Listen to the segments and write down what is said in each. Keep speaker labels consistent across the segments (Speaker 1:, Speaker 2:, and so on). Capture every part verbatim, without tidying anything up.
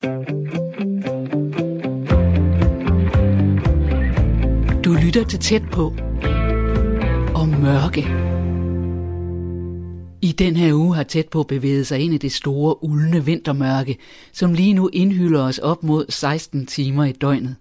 Speaker 1: Du lytter til Tæt på og mørke. I den her uge har Tæt på bevæget sig ind i det store, uldne vintermørke, som lige nu indhylder os op mod seksten timer i døgnet.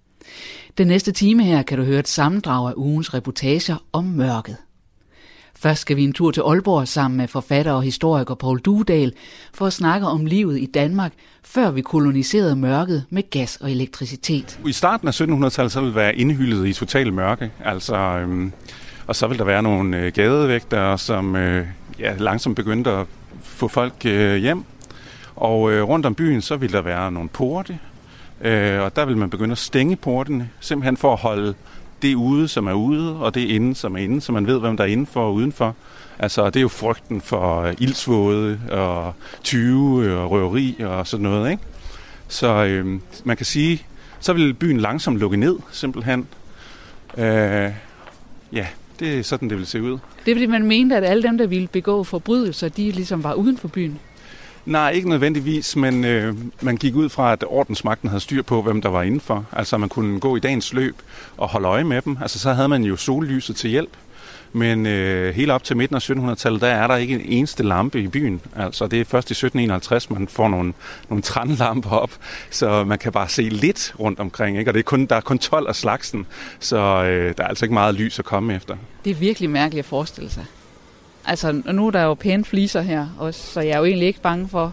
Speaker 1: Den næste time her kan du høre et sammendrag af ugens reportager om mørket. Først skal vi en tur til Aalborg sammen med forfatter og historiker Poul Duedal for at snakke om livet i Danmark, før vi koloniserede mørket med gas og elektricitet.
Speaker 2: I starten af syttenhundredetallet så ville være indhyllet i total mørke, altså, øhm, og så ville der være nogle øh, gadevægtere, som øh, ja, langsomt begyndte at få folk øh, hjem. Og øh, rundt om byen så ville der være nogle porte, øh, og der vil man begynde at stænge portene, simpelthen for at holde det ude, som er ude, og det inde, som er inde, så man ved, hvem der er indenfor og udenfor. Altså, det er jo frygten for ildsvåde og tyve og røveri og sådan noget, ikke? Så øh, man kan sige, så vil byen langsomt lukke ned, simpelthen. Øh, ja, det er sådan, det vil se ud.
Speaker 1: Det er fordi, man mente, at alle dem, der ville begå forbrydelser, de ligesom var uden for byen.
Speaker 2: Nej, ikke nødvendigvis, men øh, man gik ud fra, at ordensmagten havde styr på, hvem der var indenfor. Altså, man kunne gå i dagens løb og holde øje med dem. Altså, så havde man jo sollyset til hjælp. Men øh, helt op til midten af syttenhundredetallet, der er der ikke en eneste lampe i byen. Altså, det er først i sytten enoghalvtreds, man får nogle, nogle tranlamper op, så man kan bare se lidt rundt omkring, ikke? Og det er kun, der er kun tolv af slagsen, så øh, der er altså ikke meget lys at komme efter.
Speaker 1: Det er virkelig mærkeligt at forestille sig. Altså, nu er der jo pæne fliser her, også, så jeg er jo egentlig ikke bange for,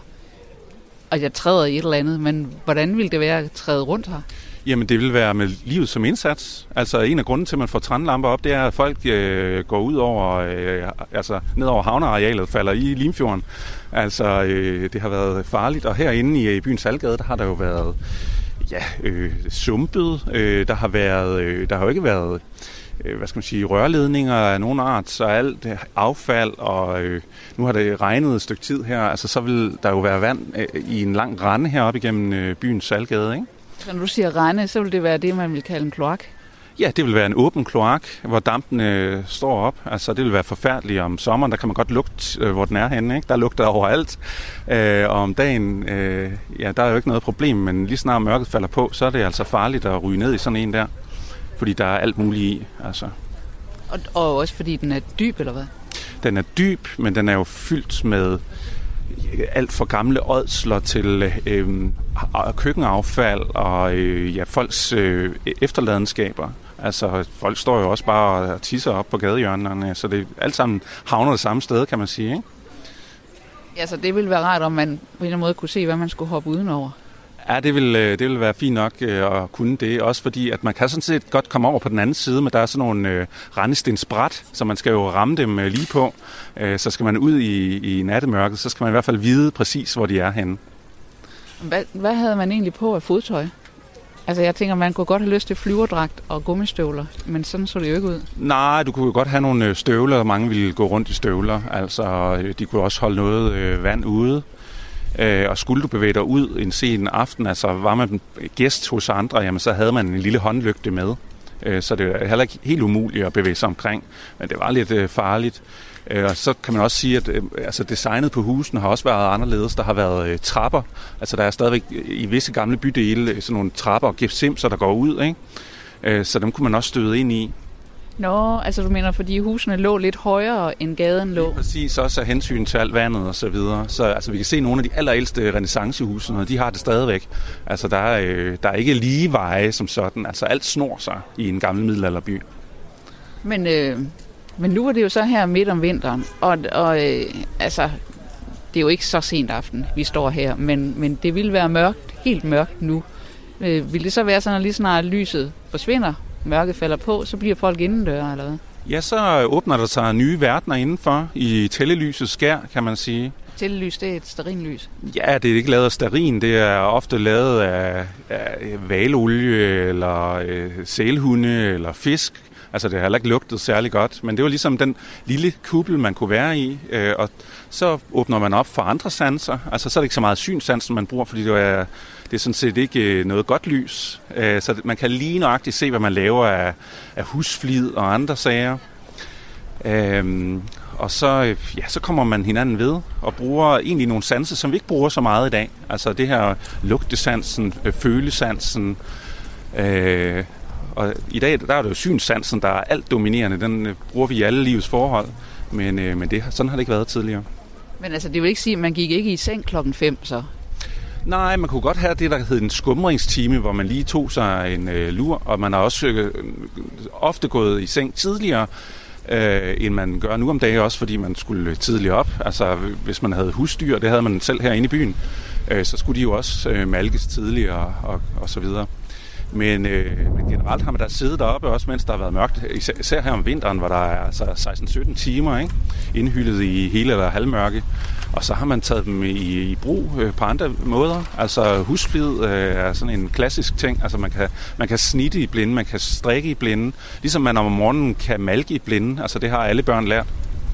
Speaker 1: at jeg træder i et eller andet, men hvordan ville det være at træde rundt her?
Speaker 2: Jamen, det vil være med livet som indsats. Altså, en af grunden til, at man får tranlamper op, det er, at folk øh, går ud over, øh, altså ned over havnearealet, falder i Limfjorden. Altså, øh, det har været farligt, og herinde i, i byens Algade, der har der jo været, ja, øh, sumpet. Øh, der har været, øh, der har jo ikke været, øh, hvad skal man sige, rørledninger af nogen art, så alt affald, og øh, nu har det regnet et stykke tid her, altså så vil der jo være vand øh, i en lang rende heroppe igennem øh, byens Algade, ikke?
Speaker 1: Så når du siger rende, så vil det være det, man vil kalde en kloak?
Speaker 2: Ja, det vil være en åben kloak, hvor dampene står op. Altså, det vil være forfærdeligt om sommeren. Der kan man godt lugte, øh, hvor den er henne, ikke? Der lugter overalt. Øh, og om dagen, øh, ja, der er jo ikke noget problem, men lige snart mørket falder på, så er det altså farligt at ryge ned i sådan en der. Fordi der er alt muligt i, altså.
Speaker 1: Og, og også fordi den er dyb, eller hvad?
Speaker 2: Den er dyb, men den er jo fyldt med alt for gamle ådsler til øh, køkkenaffald og øh, ja, folks øh, efterladenskaber. Altså, folk står jo også bare og tisser op på gadehjørnerne, så det alt sammen havner det samme sted, kan man sige, ikke?
Speaker 1: Ja, så det ville være rart, om man på en eller anden måde kunne se, hvad man skulle hoppe udenover.
Speaker 2: Ja, det vil, det vil være fint nok øh, at kunne det, også fordi at man kan sådan set godt komme over på den anden side, men der er sådan nogle øh, rendestensbræt, så man skal jo ramme dem øh, lige på. Øh, så skal man ud i, i nattemørket, så skal man i hvert fald vide præcis, hvor de er henne.
Speaker 1: Hvad, hvad havde man egentlig på af fodtøj? Altså jeg tænker, man kunne godt have lyst til flyverdragt og gummistøvler, men sådan så det jo ikke ud. Nej, du kunne jo godt have nogle støvler, og mange ville gå rundt i støvler. Altså de kunne også holde noget øh, vand ude. Øh, og skulle du bevæge dig ud en sen aften, altså var man gæst hos andre, jamen så havde man en lille håndlygte med. Øh, så det er heller ikke helt umuligt at bevæge sig omkring, men det var lidt øh, farligt. Øh, og så kan man også sige, at øh, altså designet på husene har også været anderledes. Der har været øh, trapper, altså der er stadigvæk i visse gamle bydele sådan nogle trapper og gesimser, der går ud, ikke? Øh, så dem kunne man også støde ind i. Nå, altså du mener, fordi husene lå lidt højere, end gaden lå?
Speaker 2: Ja, præcis, også af hensyn til alt vandet og så videre. Så altså, vi kan se nogle af de allerældste renæssancehusene, og de har det stadigvæk. Altså, der er, øh, der er ikke lige veje som sådan. Altså, alt snor sig i en gammel middelalderby.
Speaker 1: Men, øh, men nu er det jo så her midt om vinteren, og, og øh, altså, det er jo ikke så sent aften, vi står her, men, men det vil være mørkt, helt mørkt nu. Øh, vil det så være sådan, at lige snart lyset forsvinder, mørket falder på, så bliver folk indendøre, eller hvad? Ja,
Speaker 2: så åbner der sig nye verdener indenfor i tællelysets skær, kan man sige.
Speaker 1: Tællelys, det er et stearinlys?
Speaker 2: Ja, det er ikke lavet af stearin. Det er ofte lavet af, af hvalolie, eller øh, sælhunde, eller fisk. Altså, det har heller ikke lugtet særlig godt, men det var ligesom den lille kuppel, man kunne være i, øh, og så åbner man op for andre sanser. Altså, så er det ikke så meget synssansen, man bruger, fordi det er, det er sådan set ikke noget godt lys. Øh, så man kan lige nøjagtigt se, hvad man laver af, af husflid og andre sager. Øh, og så, ja, så kommer man hinanden ved og bruger egentlig nogle sanser, som vi ikke bruger så meget i dag. Altså det her lugtesansen, følesansen. Øh, og i dag der er det jo synssansen, der er alt dominerende. Den øh, bruger vi i alle livets forhold. Men, øh, men det, sådan har det ikke været tidligere.
Speaker 1: Men altså, det vil ikke sige, at man gik ikke i seng klokken fem, så?
Speaker 2: Nej, man kunne godt have det, der hed en skumringstime, hvor man lige tog sig en øh, lur, og man har også øh, ofte gået i seng tidligere, øh, end man gør nu om dagen, også fordi man skulle tidligere op. Altså, hvis man havde husdyr, det havde man selv herinde i byen, øh, så skulle de jo også øh, malkes tidligere og, og så videre. Men, øh, men generelt har man da siddet deroppe, også mens der har været mørkt. Især, især her om vinteren, hvor der er altså seksten sytten timer, ikke? Indhyllet i hele eller halvmørke. Og så har man taget dem i, i brug øh, på andre måder. Altså husflid øh, er sådan en klassisk ting. Altså man kan, man kan snitte i blinde, man kan strikke i blinde. Ligesom man om morgenen kan malke i blinde. Altså det har alle børn lært.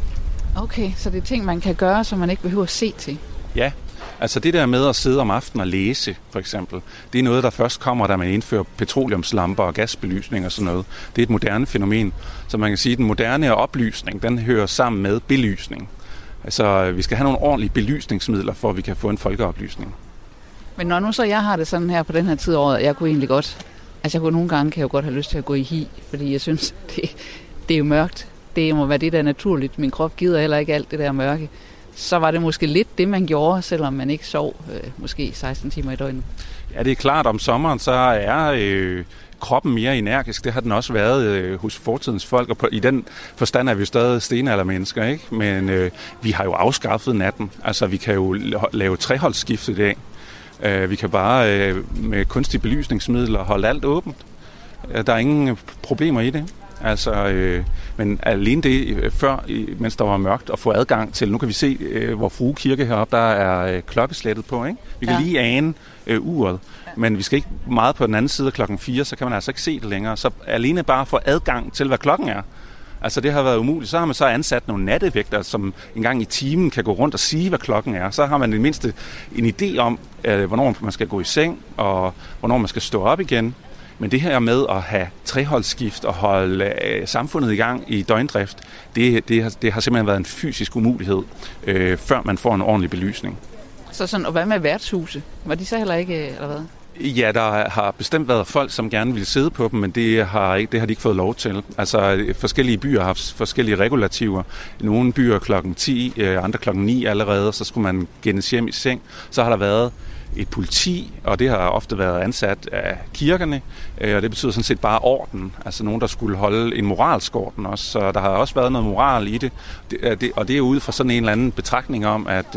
Speaker 1: Okay, så det er ting, man kan gøre, som man ikke behøver at se til?
Speaker 2: Ja. Altså det der med at sidde om aftenen og læse, for eksempel, det er noget, der først kommer, da man indfører petroleumslamper og gasbelysning og sådan noget. Det er et moderne fænomen. Så man kan sige, at den moderne oplysning, den hører sammen med belysning. Altså vi skal have nogle ordentlige belysningsmidler, for at vi kan få en folkeoplysning.
Speaker 1: Men når nu så jeg har det sådan her på den her tid af året, jeg kunne egentlig godt, altså jeg kunne nogle gange kan jeg jo godt have lyst til at gå i hi, fordi jeg synes, det, det er jo mørkt. Det må være det, der er naturligt. Min krop gider heller ikke alt det der mørke. Så var det måske lidt det, man gjorde, selvom man ikke sov øh, måske seksten timer i døgnet. Ja,
Speaker 2: det er klart, om sommeren så er øh, kroppen mere energisk. Det har den også været øh, hos fortidens folk, og på, i den forstand er vi jo stadig stenaldermennesker, ikke? Men øh, vi har jo afskaffet natten. Altså, vi kan jo lave treholdsskift i dag. Øh, vi kan bare øh, med kunstige belysningsmidler holde alt åbent. Der er ingen problemer i det. Altså, øh, men alene det, øh, før, mens der var mørkt, at få adgang til, nu kan vi se, øh, hvor Frue Kirke heroppe, der er øh, klokkeslættet på, ikke? Vi kan ja. lige ane øh, uret, ja. Men vi skal ikke meget på den anden side af klokken fire, så kan man altså ikke se det længere. Så alene bare få adgang til, hvad klokken er. Altså, det har været umuligt. Så har man så ansat nogle nattevægter, som en gang i timen kan gå rundt og sige, hvad klokken er. Så har man i mindste en idé om, øh, hvornår man skal gå i seng, og hvornår man skal stå op igen. Men det her med at have treholdsskift og holde øh, samfundet i gang i døgndrift, det, det, har, det har simpelthen været en fysisk umulighed, øh, før man får en ordentlig belysning.
Speaker 1: Så sådan, og hvad med værtshuse? Var de så heller ikke, eller hvad?
Speaker 2: Ja, der har bestemt været folk, som gerne ville sidde på dem, men det har, ikke, det har de ikke fået lov til. Altså forskellige byer har haft forskellige regulativer. Nogle byer klokken ti, andre klokken ni allerede, så skulle man gennes hjem i seng. Så har der været et politi, og det har ofte været ansat af kirkerne, og det betyder sådan set bare orden. Altså nogen, der skulle holde en moralsk orden også. Så der har også været noget moral i det, og det er ud fra sådan en eller anden betragtning om, at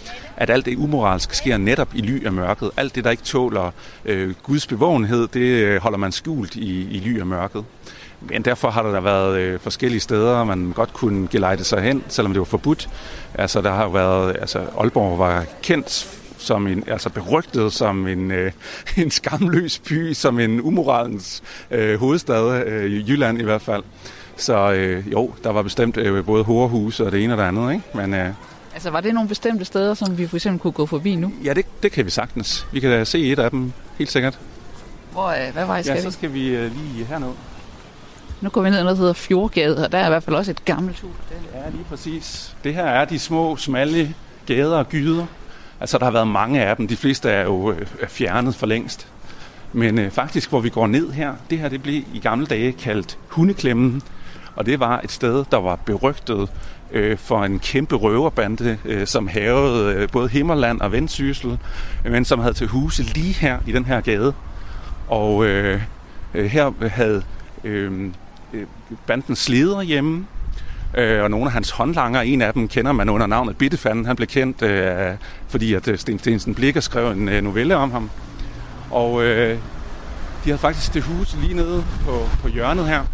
Speaker 2: at alt det umoralske sker netop i ly af mørket. Alt det, der ikke tåler øh, Guds bevågenhed, det holder man skjult i, i ly af mørket. Men derfor har der været øh, forskellige steder, man godt kunne gelejte sig hen, selvom det var forbudt. Altså, der har været, altså, Aalborg var kendt som en, altså berygtet som en, øh, en skamløs by, som en umoralens øh, hovedstad, øh, i Jylland i hvert fald. Så øh, jo, der var bestemt øh, både horehuse og det ene og det andet, ikke? Men øh,
Speaker 1: altså, var det nogle bestemte steder, som vi for eksempel kunne gå forbi nu?
Speaker 2: Ja, det, det kan vi sagtens. Vi kan se et af dem, helt sikkert.
Speaker 1: Hvor, hvad vej skal vi?
Speaker 2: Ja, så skal vi uh, lige herned.
Speaker 1: Nu går vi ned, noget der hedder Fjordgade, og der er i hvert fald også et gammelt hus.
Speaker 2: Ja, lige præcis. Det her er de små, smalle gader og gyder. Altså, der har været mange af dem. De fleste er jo øh, fjernet for længst. Men øh, faktisk, hvor vi går ned her, det her det blev i gamle dage kaldt Hundeklemmen. Og det var et sted, der var berygtet øh, for en kæmpe røverbande, øh, som havede øh, både Himmerland og Vendsyssel, øh, men som havde til huse lige her i den her gade. Og øh, øh, her havde øh, bandens leder hjemme, øh, og nogle af hans håndlanger, en af dem kender man under navnet Bittefanden. Han blev kendt, øh, fordi at Sten Stensen Blicher skrev en øh, novelle om ham. Og øh, de havde faktisk det hus lige nede på, på hjørnet her.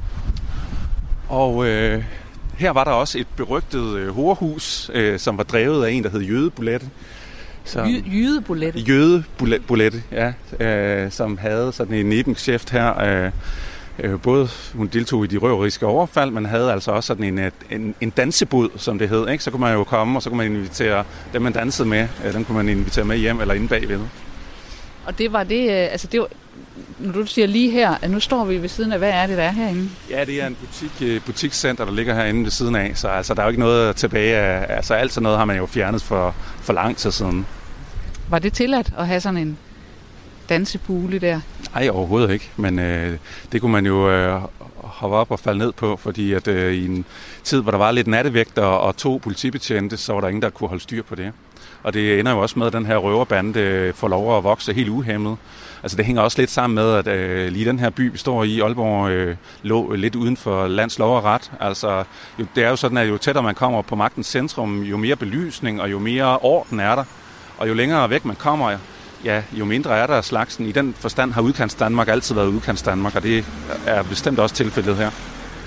Speaker 2: Og øh, her var der også et berygtet øh, horehus, øh, som var drevet af en, der hed Jødebulette.
Speaker 1: Jødebulette?
Speaker 2: Jødebulette, ja. Øh, som havde sådan en nebenchef her. Øh, øh, både hun deltog i de røveriske overfald, men havde altså også sådan en, en, en dansebod, som det hed. Ikke? Så kunne man jo komme, og så kunne man invitere dem, man dansede med. Øh, dem kunne man invitere med hjem eller inde bagved.
Speaker 1: Og det var det, altså det var, når du siger lige her, at nu står vi ved siden af, hvad er det, der er herinde?
Speaker 2: Ja, det er en butik, butikscenter, der ligger herinde ved siden af, så altså, der er jo ikke noget tilbage af, altså alt sådan noget har man jo fjernet for, for lang tid siden.
Speaker 1: Var det tilladt at have sådan en dansebule der?
Speaker 2: Nej, overhovedet ikke, men øh, det kunne man jo øh, hoppe op og falde ned på, fordi at øh, i en tid, hvor der var lidt nattevægter og to politibetjente, så var der ingen, der kunne holde styr på det. Og det ender jo også med, at den her røverbande får lov at vokse helt uhæmmet. Altså det hænger også lidt sammen med, at øh, lige den her by, vi står i, Aalborg, øh, lå lidt uden for lands lov og ret. Altså jo, det er jo sådan, at jo tættere man kommer på magtens centrum, jo mere belysning og jo mere orden er der. Og jo længere væk man kommer, ja, jo mindre er der af slagsen. I den forstand har udkants Danmark altid været udkants Danmark, og det er bestemt også tilfældet her.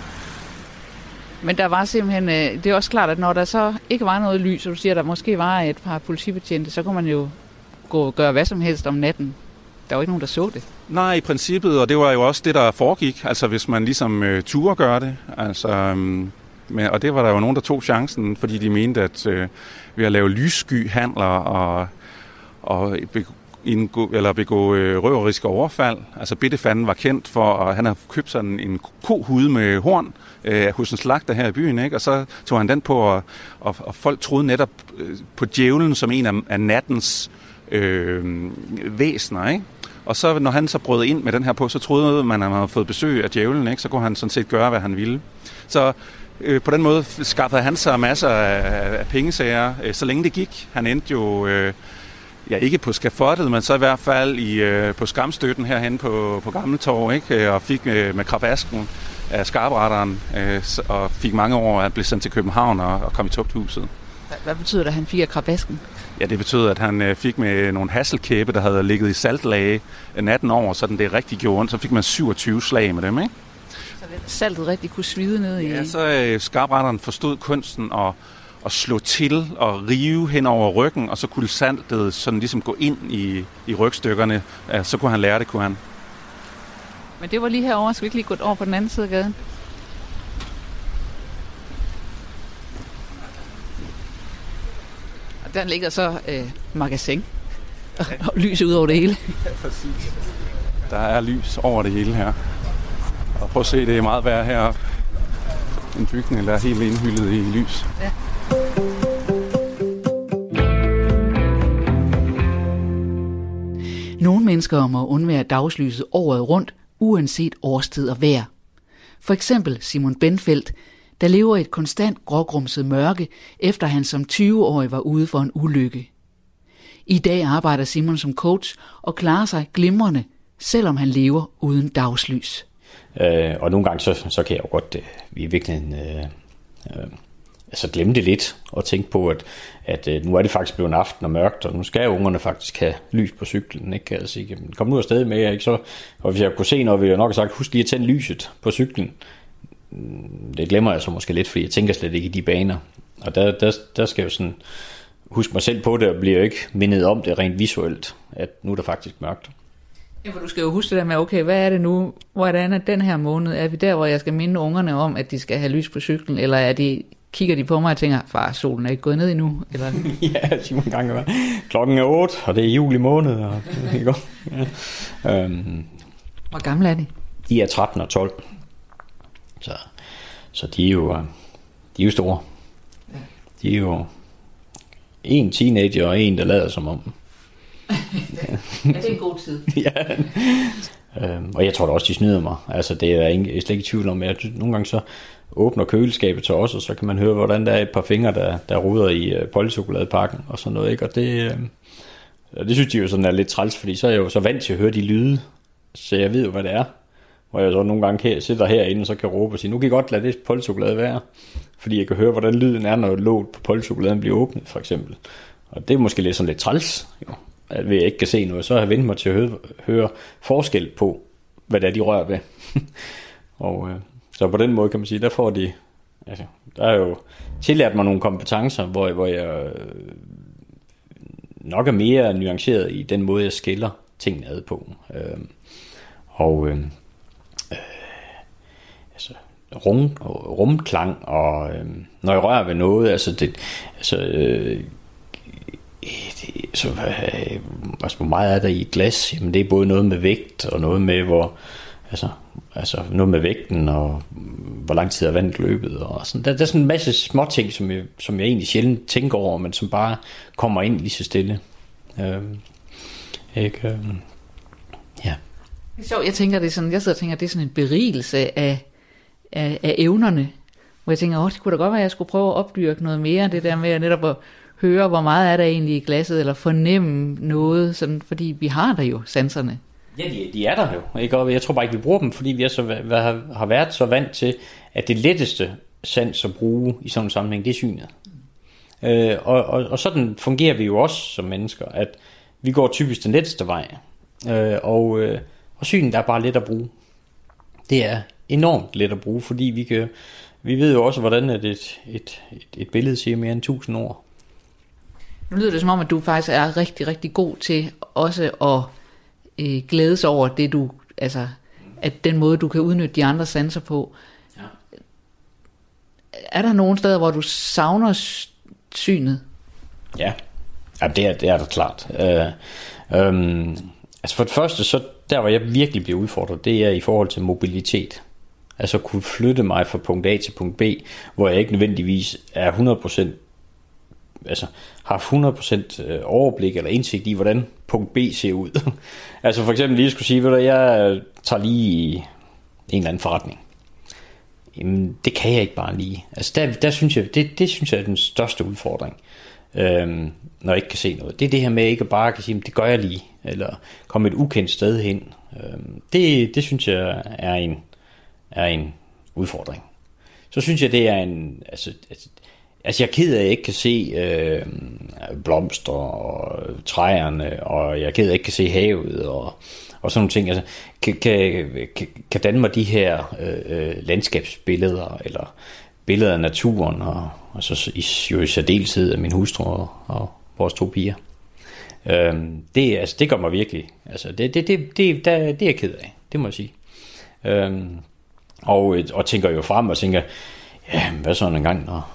Speaker 1: Men der var simpelthen, det er også klart, at når der så ikke var noget lys, og du siger, at der måske var et par politibetjente, så kunne man jo gå og gøre hvad som helst om natten. Der var ikke nogen, der så det. Nej,
Speaker 2: i princippet, og det var jo også det, der foregik, altså hvis man ligesom øh, turde gøre det. Altså, øh, med, og det var der jo nogen, der tog chancen, fordi de mente, at øh, ved at lave lyssky-handler og, og begå, indgå, eller begå øh, røveriske overfald, altså Bittefanden var kendt for, at han havde købt sådan en kohude med horn øh, hos en slagter her i byen, ikke? Og så tog han den på, og, og, og folk troede netop øh, på djævlen som en af, af nattens øh, væsener, ikke? Og så når han så brød ind med den her på, så troede man, at han havde fået besøg af djævlen, ikke? Så kunne han sådan set gøre, hvad han ville. Så øh, på den måde skaffede han sig masser af, af pengesager, øh, så længe det gik. Han endte jo øh, ja, ikke på skafottet, men så i hvert fald i, øh, på skamstøtten herhen på, på Gammeltorv, ikke? Og fik øh, med krabasken af skarpretteren, øh, og fik mange år at blive sendt til København og, og kom i tugthuset.
Speaker 1: Hvad betyder det, at han fik af krabasken?
Speaker 2: Ja, det betød, at han øh, fik med nogle hasselkæbe, der havde ligget i saltlage natten over, så det rigtig gjorde ondt. Så fik man syvogtyve slag med dem, ikke?
Speaker 1: Så saltet rigtig kunne svide ned i...
Speaker 2: Ja, så øh, skarpretteren forstod kunsten at, at slå til og rive hen over ryggen, og så kunne saltet sådan ligesom gå ind i, i rygstykkerne. Ja, så kunne han lære det, kunne han.
Speaker 1: Men det var lige herovre, så vi ikke lige gået over på den anden side af gaden? Der ligger så øh, magasin og, ja. og lys ud over det hele.
Speaker 2: Ja, præcis. Der er lys over det hele her. Og prøv at se, det er meget værd her. En bygning, der er helt indhyllet i lys. Ja.
Speaker 1: Nogle mennesker må undvære dagslyset året rundt, uanset årstid og vejr. For eksempel Simon Benfeldt, der lever i et konstant grågrumset mørke, efter han som tyve-årig var ude for en ulykke. I dag arbejder Simon som coach og klarer sig glimrende, selvom han lever uden dagslys.
Speaker 3: Øh, og nogle gange så, så kan jeg jo godt øh, i virkeligheden øh, øh, altså glemme det lidt og tænke på, at, at øh, nu er det faktisk blevet aften og mørkt, og nu skal ungerne faktisk have lys på cyklen. Ikke? Kan jeg sige, kom nu afsted med, ikke? Så, og hvis jeg kunne se noget, ville jeg nok have sagt, husk lige at tænde lyset på cyklen. Det glemmer jeg så måske lidt, fordi jeg tænker slet ikke i de baner. Og der, der, der skal jeg jo sådan huske mig selv på det, og bliver jo ikke mindet om det rent visuelt, at nu er der faktisk mørkt.
Speaker 1: Ja, for du skal jo huske det der med, okay, hvad er det nu, hvordan er den her måned? Er vi der, hvor jeg skal minde ungerne om, at de skal have lys på cyklen, eller er de, kigger de på mig og tænker, far, solen er ikke gået ned endnu? Eller?
Speaker 3: Ja, Simon gange. Klokken er otte, og det er juli måned. Og, ja. øhm,
Speaker 1: Hvor gamle er de?
Speaker 3: De er tretten og tolv. Så, så de er jo, de er jo store. Ja. De er jo en teenager og en, der lader som om.
Speaker 1: Ja, det er en god tid.
Speaker 3: Ja. Øhm, og jeg tror da også, de snyder mig. Altså, det er jeg slet ikke i tvivl om. Jeg, nogle gange så åbner køleskabet til os, og så kan man høre, hvordan der er et par fingre, der, der ruder i uh, polychokoladepakken og sådan noget. Ikke? Og det, øh, det synes de jo sådan er lidt træls, fordi så er jeg jo så vant til at høre de lyde, så jeg ved jo, hvad det er. Hvor jeg så nogle gange kan, sidder herinde, og så kan råbe og sige, nu kan I godt lade det polychokolade være. Fordi jeg kan høre, hvordan lyden er, når låget på polychokoladen bliver åbnet, for eksempel. Og det er måske lidt sådan lidt træls, jo. At jeg ikke kan se noget, så har jeg vendt mig til at høre, høre forskel på, hvad det er, de rører ved. og øh, så på den måde kan man sige, der får de, altså, der er jo tillært mig nogle kompetencer, hvor, hvor jeg øh, nok er mere nuanceret i den måde, jeg skiller tingene ad på. Øh, og øh, øh, altså rum, rumklang, og øh, når jeg rører ved noget, altså det, altså øh, det så, øh, altså, hvor meget er der i et glas? Jamen, det er både noget med vægt, og noget med, hvor, altså, altså noget med vægten, og hvor lang tid er vandet løbet, og sådan. Der, der er sådan en masse små ting, som jeg, som jeg egentlig sjældent tænker over, men som bare kommer ind lige så stille. Øh, ikke? Øh, ja.
Speaker 1: Så jeg tænker, det er sådan, jeg sidder og tænker, det er sådan en berigelse af, af, af evnerne, hvor jeg tænker, åh, det kunne da godt være, at jeg skulle prøve at opdyrke noget mere, det der med at netop at høre, hvor meget er der egentlig i glasset, eller fornemme noget, sådan, fordi vi har der jo sanserne.
Speaker 3: Ja, de, de er der jo, ikke? Og jeg tror bare ikke, vi bruger dem, fordi vi er så, har, har været så vant til, at det letteste sans at bruge i sådan en sammenhæng, det er synet. Øh, og, og, og sådan fungerer vi jo også som mennesker, at vi går typisk den letteste vej, øh, og, øh, og synet er bare let at bruge. Det er enormt let at bruge, fordi vi kan, vi ved jo også, hvordan et, et, et, et billede siger mere end tusind ord.
Speaker 1: Nu lyder det som om, at du faktisk er rigtig, rigtig god til også at øh, glædes over det, du, altså, at den måde, du kan udnytte de andre sanser på. Ja. Er der nogle steder, hvor du savner synet?
Speaker 3: Ja, ja det, er, det er da klart. Øh, øh, altså for det første, så der hvor jeg virkelig bliver udfordret, det er i forhold til mobilitet. Altså at kunne flytte mig fra punkt A til punkt B, hvor jeg ikke nødvendigvis er hundrede procent, altså har hundrede procent overblik eller indsigt i, hvordan punkt B ser ud. Altså for eksempel lige skulle sige, ved du, jeg tager lige i en eller anden forretning. Jamen, det kan jeg ikke bare lige. Altså der, der synes jeg, det, det synes jeg er den største udfordring, øhm, når jeg ikke kan se noget. Det er det her med ikke bare kan sige, det gør jeg lige, eller komme et ukendt sted hen. Øhm, det, det synes jeg er en, er en udfordring. Så synes jeg, det er en, altså, altså, altså jeg er ked af, at jeg ikke kan se øh, blomster og træerne, og jeg er ked af, at jeg ikke kan se havet, og og sådan nogle ting. Altså, kan, kan, kan danne mig de her øh, landskabsbilleder, eller billeder af naturen, og, og så i, jo i særdeleshed af min hustru og, og vores to piger. Øhm, det, altså, det gør mig virkelig, altså, det, det, det, det, det er jeg ked af, det må jeg sige. Øhm, og, og tænker jo frem og tænker, ja, hvad sådan en gang, når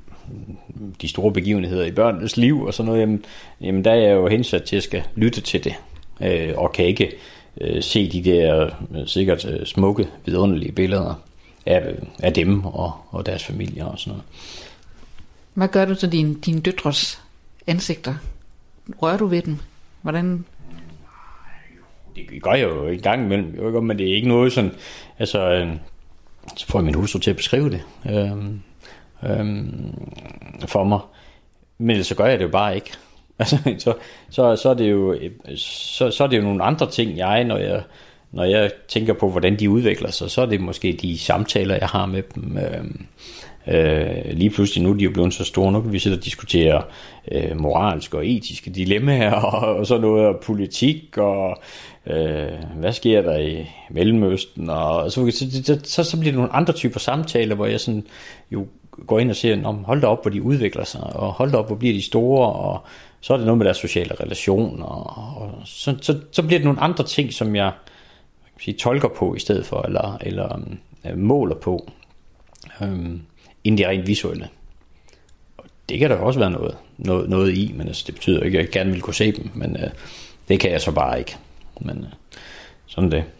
Speaker 3: de store begivenheder i børnenes liv og sådan noget, jamen, jamen der er jeg jo hensat til at skal lytte til det. Øh, og kan ikke øh, se de der øh, sikkert øh, smukke, vidunderlige billeder af, af dem og, og deres familier og sådan noget.
Speaker 1: Hvad gør du til dine, dine døtres ansigter? Rører du ved dem? Hvordan?
Speaker 3: Det gør jeg jo en gang imellem, jo, men det er ikke noget sådan, altså, øh, så får jeg min hustru til at beskrive det øh, øh, for mig, men så gør jeg det jo bare ikke. Altså, så, så, så, er det jo, så, så er det jo nogle andre ting, jeg, når jeg, når jeg tænker på, hvordan de udvikler sig, så er det måske de samtaler, jeg har med dem. Øh, øh, lige pludselig, nu er de jo blevet så store, nu kan vi sidde og diskutere øh, moralske og etiske dilemmaer, og, og sådan noget, og politik, og øh, hvad sker der i Mellemøsten, og så, så, så, så bliver det nogle andre typer samtaler, hvor jeg sådan jo går ind og siger, hold da op, hvor de udvikler sig, og hold da op, hvor bliver de store, og så er det noget med deres sociale relationer, og, og så, så, så bliver det nogle andre ting, som jeg, jeg kan sige, tolker på i stedet for, eller, eller um, måler på, um, inden det rent visuelle. Og det kan der også være noget, noget, noget i, men altså, det betyder ikke, at jeg gerne vil kunne se dem, men uh, det kan jeg så bare ikke. Men uh, sådan det.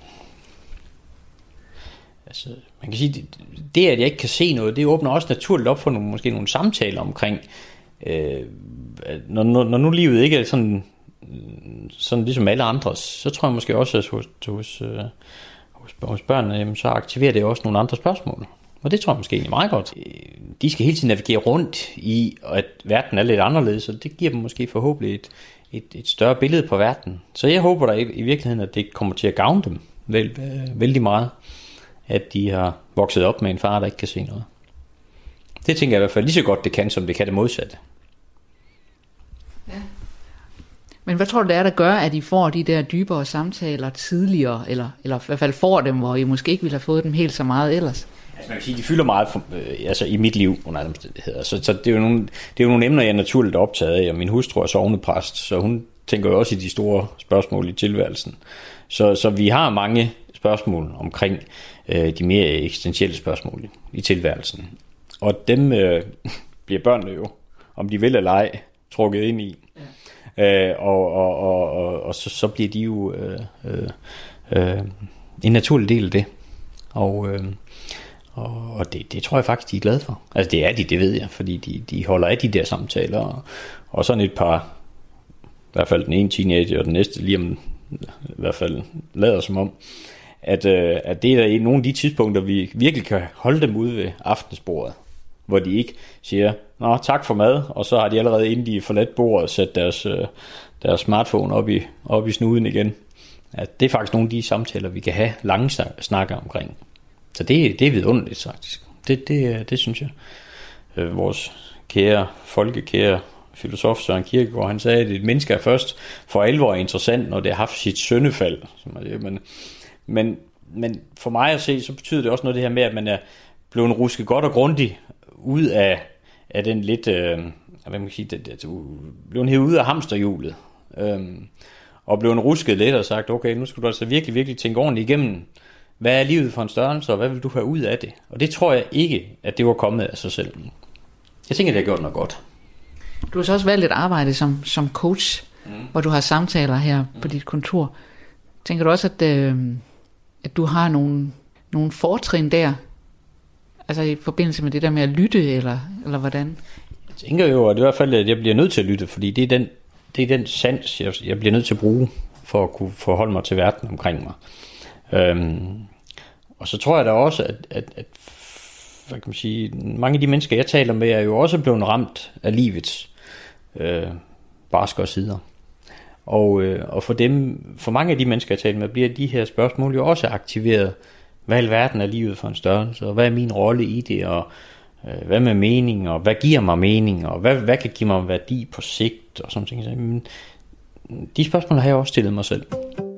Speaker 3: Altså, man kan sige, det, det at jeg ikke kan se noget, det åbner også naturligt op for nogle, måske nogle samtaler omkring, øh, når, når, når nu livet ikke er sådan, sådan ligesom alle andres, så tror jeg måske også, at hos, hos, øh, hos, hos børnene, jamen, så aktiverer det også nogle andre spørgsmål. Og det tror jeg måske egentlig meget godt. De skal hele tiden navigere rundt i, at verden er lidt anderledes, og det giver dem måske forhåbentlig et, et, et større billede på verden. Så jeg håber da i, i virkeligheden, at det kommer til at gavne dem vel, øh, vældig meget, at de har vokset op med en far, der ikke kan se noget. Det tænker jeg i hvert fald lige så godt det kan, som det kan det modsatte.
Speaker 1: Ja. Men hvad tror du det er, der gør, at I får de der dybere samtaler tidligere, eller, eller i hvert fald får dem, hvor I måske ikke ville have fået dem helt så meget ellers?
Speaker 3: Altså man kan sige, de fylder meget for, øh, altså i mit liv under alle omstændigheder. Så, så det, er jo nogle, det er jo nogle emner, jeg er naturligt optaget af, og min hustru er sognepræst, så hun tænker jo også i de store spørgsmål i tilværelsen. Så, så vi har mange spørgsmål omkring øh, de mere eksistentielle spørgsmål i tilværelsen. Og dem øh, bliver børnene jo, om de vil eller ej, trukket ind i. Ja. Øh, og og, og, og, og så, så bliver de jo øh, øh, øh, en naturlig del af det. Og, øh, og, og det, det tror jeg faktisk, de er glade for. Altså det er de, det ved jeg, fordi de, de holder af de der samtaler. Og, og sådan et par, i hvert fald den ene teenager, og den næste lige om, i hvert fald lader som om, at, øh, at det er nogle af de tidspunkter, vi virkelig kan holde dem ude ved aftensbordet, hvor de ikke siger, nå tak for mad, og så har de allerede inden de forladt bordet sat deres, øh, deres smartphone op i, op i snuden igen. At det er faktisk nogle af de samtaler, vi kan have lange snakker omkring. Så det, det er vidunderligt faktisk. Det, det, det synes jeg. Øh, vores kære, folkekære filosof Søren Kierkegaard, han sagde, at et menneske er først for alvor interessant, når det har haft sit syndefald. Men, men, men for mig at se, så betyder det også noget det her med, at man er blevet rusket godt og grundigt ud af, af den lidt, øh, hvad man kan sige, det, det, blevet hævet ud af hamsterhjulet. Øh, og blevet rusket lidt og sagt, okay, nu skal du altså virkelig, virkelig tænke ordentligt igennem, hvad er livet for en størrelse, og hvad vil du have ud af det? Og det tror jeg ikke, at det var kommet af sig selv. Jeg tænker, det har gjort noget godt.
Speaker 1: Du har så også valgt et arbejde som, som coach, mm. hvor du har samtaler her mm. på dit kontor. Tænker du også, at, øh, at du har nogle, nogle fortrin der? Altså i forbindelse med det der med at lytte, eller, eller hvordan?
Speaker 3: Jeg tænker jo, at i hvert fald, at jeg bliver nødt til at lytte, fordi det er den, det er den sans, jeg, jeg bliver nødt til at bruge, for at kunne forholde mig til verden omkring mig. Øhm, og så tror jeg da også, at, at, at hvad kan man sige, mange af de mennesker, jeg taler med, er jo også blevet ramt af livets øh, barskere sider. Og, øh, og for dem, for mange af de mennesker, jeg taler med, bliver de her spørgsmål jo også aktiveret. Hvad i verden er livet for en størrelse, og hvad er min rolle i det, og øh, hvad med mening, og hvad giver mig mening, og hvad, hvad kan give mig værdi på sigt, og sådan ting. Men de spørgsmål har jeg også stillet mig selv.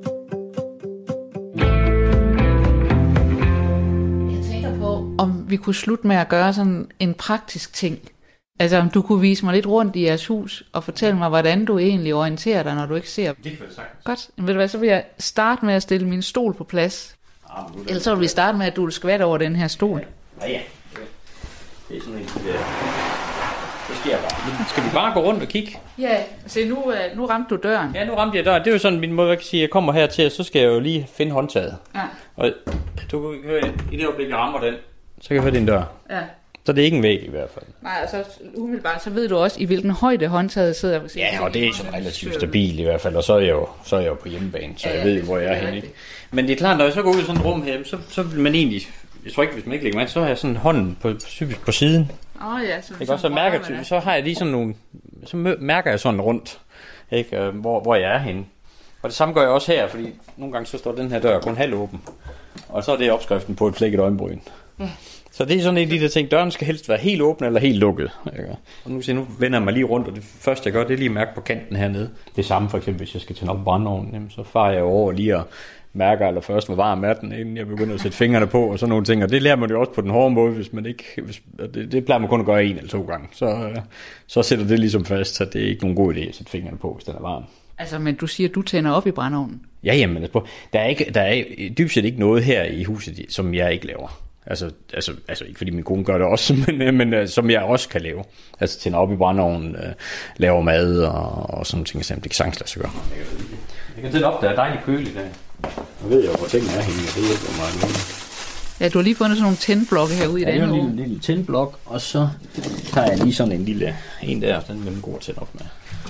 Speaker 1: Om vi kunne slutte med at gøre sådan en praktisk ting. Altså om du kunne vise mig lidt rundt i jeres hus og fortælle mig, hvordan du egentlig orienterer dig, når du ikke ser.
Speaker 3: Det kan jeg sagt.
Speaker 1: Godt. Men ved du hvad, så vil jeg starte med at stille min stol på plads. Ah, Ellers så vil vi starte med, at du vil skvatte over den her stol.
Speaker 3: Ja, ja. Det er sådan en, det, det sker bare. Skal vi bare gå rundt og kigge?
Speaker 1: Ja, se nu, nu ramte du døren.
Speaker 3: Ja, nu ramte jeg døren. Det er jo sådan min måde, jeg kan sige, jeg kommer her til, så skal jeg jo lige finde håndtaget. Ja. Og du kan høre, i det øjeblik, jeg rammer den, så kan jeg høre din dør. Ja. Så det er ikke en væg i hvert fald.
Speaker 1: Nej, altså umiddelbart, så ved du også, i hvilken højde håndtaget sidder.
Speaker 3: Ja, og det er sådan relativt stabilt i hvert fald, og så er jeg jo, så er jeg jo på hjemmebane, så ja, jeg ved hvor jeg er henne. Ikke? Men det er klart, når jeg så går ud i sådan et rum her, så, så vil man egentlig, jeg tror ikke, hvis man ikke lægger mig, så har jeg sådan hånden på, på siden. Åh oh, ja, så, ikke? Så, mærker, så har jeg lige sådan nogle, så mærker jeg sådan rundt, ikke? Hvor, hvor jeg er henne. Og det samme gør jeg også her, fordi nogle gange så står den her dør kun halv åben, og så er det opskriften på et flækket øjenbryn. Ja. Så det er sådan en af de der ting, døren skal helst være helt åben eller helt lukket. Og nu, nu vender jeg mig lige rundt, og det første jeg gør, det er lige at mærke på kanten hernede. Det samme for eksempel, hvis jeg skal tænde op brændeovnen, så farer jeg over lige og mærker allerførst, hvor varm er den, inden jeg begynder at sætte fingrene på og sådan nogle ting. Og det lærer man jo også på den hårde måde, hvis man ikke, hvis, det, det plejer man kun at gøre en eller to gange. Så, så sætter det ligesom fast, så det er ikke nogen god idé at sætte fingrene på, hvis den er varm.
Speaker 1: Altså, men du siger, at du tænder op i brændeovnen?
Speaker 3: Ja, jamen, der er, ikke, der er dybest set ikke noget her i huset, som jeg ikke laver. Altså, altså, altså ikke fordi min kone gør det også, men, men uh, som jeg også kan lave. Altså tænder op i brændeovnen, uh, laver mad og, og sådan nogle ting. Det kan sagtens lade sig gøre. Jeg kan tænde op, der er dejligt køligt i dag. Nu ved jeg jo, hvor tingene er henne, og det hjælper mig nu.
Speaker 1: Ja, du har lige fundet sådan nogle tændblokke herude i
Speaker 3: ja,
Speaker 1: den her.
Speaker 3: Ja, en lille, lille tændblok, og så tager jeg lige sådan en lille en der, den vil den god at tænde op med.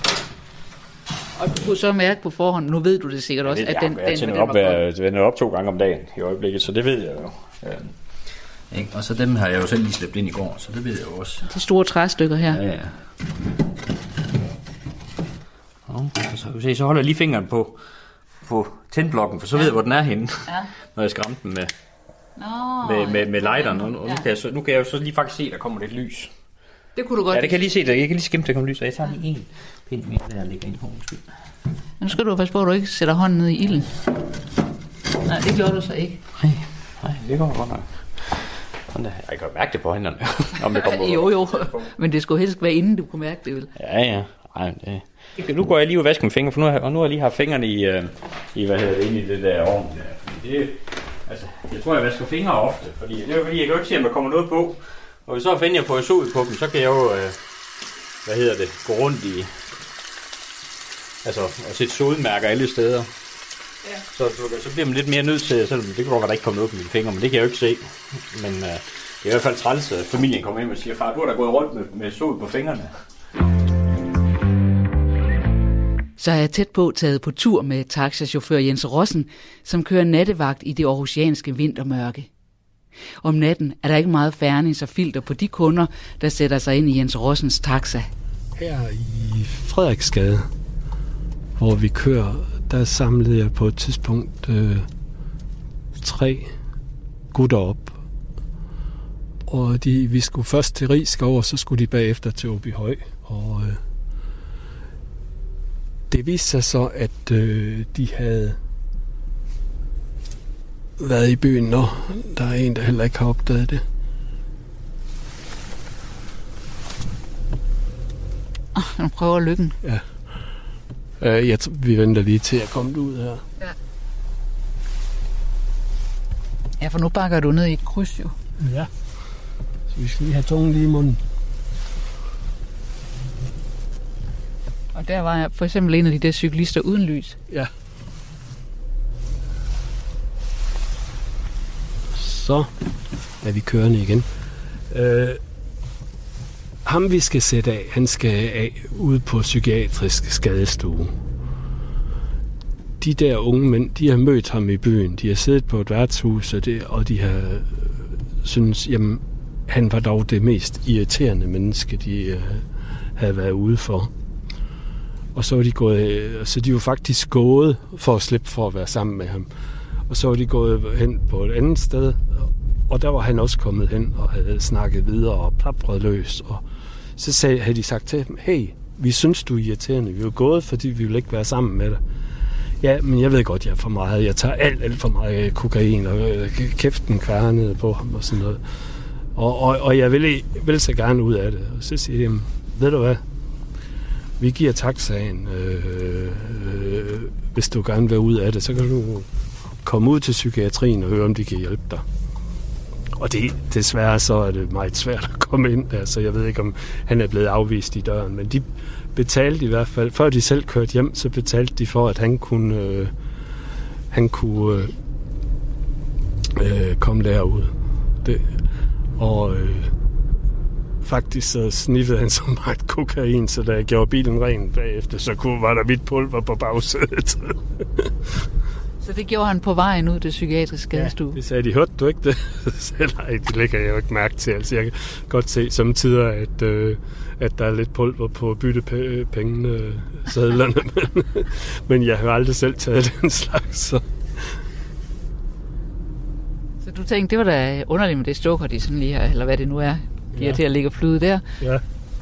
Speaker 1: Og du kunne så mærke på forhånd, nu ved du det sikkert også, ja, det,
Speaker 3: at den,
Speaker 1: jeg,
Speaker 3: den, tænder op, jeg tænder op to gange om dagen i øjeblikket, så det ved jeg jo. Ja. Ikke? Og så dem har jeg jo selv lige slæbt ind i går, så det ved jeg jo også.
Speaker 1: De store træstykker her.
Speaker 3: Ja, ja. Og så, så holder jeg lige fingeren på, på tændblokken, for så ja. ved jeg, hvor den er henne, ja. når jeg skal ramme den med, Nå, med, med, med lighteren. Og, og ja. nu, kan jeg så, nu kan jeg jo så lige faktisk se, at der kommer lidt lys.
Speaker 1: Det kunne du godt.
Speaker 3: Ja, det kan jeg lige se. Jeg kan lige skimte, der kommer lys, og jeg tager lige en pind mere, der ligger inde på undskyld.
Speaker 1: Men nu skal du passe på, at du ikke sætter hånden ned i ilden. Nej, det gjorde du så ikke.
Speaker 3: Nej, nej det går godt nok. Jeg kan mærke det på hænderne. Om det kommer
Speaker 1: jo, jo. Men det skulle helst være inden du kunne mærke det, vel?
Speaker 3: Ja, ja. Ej, det. Nu går jeg lige og vasker mine fingre, for nu har, og nu har jeg lige haft fingrene i, uh, i hvad hedder det, inde i det der ovn. Der. Fordi det, altså, jeg tror, jeg vasker fingre ofte, fordi det er jo fordi, jeg kan jo ikke se, om der kommer noget på. Og hvis så finder jeg på at ud på dem, så kan jeg jo, uh, hvad hedder det, gå rundt i, Altså at sætte sodmærker alle steder. Ja. Så, så bliver man lidt mere nødt til, selvom det kan godt være, der ikke kommer noget på mine fingre, men det kan jeg jo ikke se. Men uh, det er i hvert fald træls, at familien kommer ind og siger, far, du har da gået rundt med, med sod på fingrene.
Speaker 1: Så er jeg tæt på taget på tur med taxachauffør Jens Rossen, som kører nattevagt i det aarhusianske vintermørke. Om natten er der ikke meget fernis og filter på de kunder, der sætter sig ind i Jens Rossens taxa.
Speaker 4: Her i Frederiksgade, hvor vi kører, der samlede jeg på et tidspunkt øh, tre gutter op. Og de, vi skulle først til Risskov, og så skulle de bagefter til Åbyhøj. Og øh, det viste sig så, at øh, de havde været i byen, når der er en, der heller ikke har opdaget det.
Speaker 1: Oh, han prøver lykken.
Speaker 4: Ja. Uh, jeg t- vi venter lige til at komme ud her.
Speaker 1: Ja. Ja, for nu bakker du ned i et kryds, jo.
Speaker 4: Ja. Så vi skal lige have tungen lige i munden.
Speaker 1: Og der var jeg for eksempel en af de der cyklister uden lys.
Speaker 4: Ja. Så er vi kørende igen. Uh, ham vi skal sætte af, han skal af ude på psykiatrisk skadestue. De der unge mænd, de har mødt ham i byen. De har siddet på et værtshus, og, det, og de har øh, synes, jamen, han var dog det mest irriterende menneske, de øh, havde været ude for. Og så var de gået, øh, så de var faktisk gået for at slippe for at være sammen med ham. Og så var de gået hen på et andet sted, og der var han også kommet hen og havde snakket videre og plapret løs. Og så sagde, havde de sagt til dem, hey, vi synes, du er irriterende. Vi er gået, fordi vi vil ikke være sammen med dig. Ja, men jeg ved godt, jeg er for meget. Jeg tager alt, alt for meget kokain, og kæften kværnede på ham og sådan noget. Og, og, og jeg vil, vil så gerne ud af det. Og så siger de, ved du hvad? Vi giver taxaen. Øh, øh, hvis du gerne vil ud af det, så kan du komme ud til psykiatrien og høre, om de kan hjælpe dig. Og det, desværre så er det meget svært at komme ind der, så jeg ved ikke, om han er blevet afvist i døren. Men de betalte i hvert fald, før de selv kørte hjem, så betalte de for, at han kunne, øh, han kunne øh, øh, komme derud. Det, og øh, faktisk så sniffede han så meget kokain, så da jeg gjorde bilen ren bagefter, så kunne, var der mit pulver på bagsædet.
Speaker 1: Så det gjorde han på vejen ud til psykiatrisk skadestue?
Speaker 4: Ja, det sagde de. Hørte du ikke det? Nej, det lægger jeg jo ikke mærke til. Altså, jeg kan godt se samtidig, at, øh, at der er lidt pulver på byttepengene, sadlerne, men, men jeg har aldrig selv taget den slags. Så.
Speaker 1: så du tænkte, det var da underligt med det stukker, de sådan lige her, eller hvad det nu er, de ja. er til at ligge og flyde der?
Speaker 4: Ja.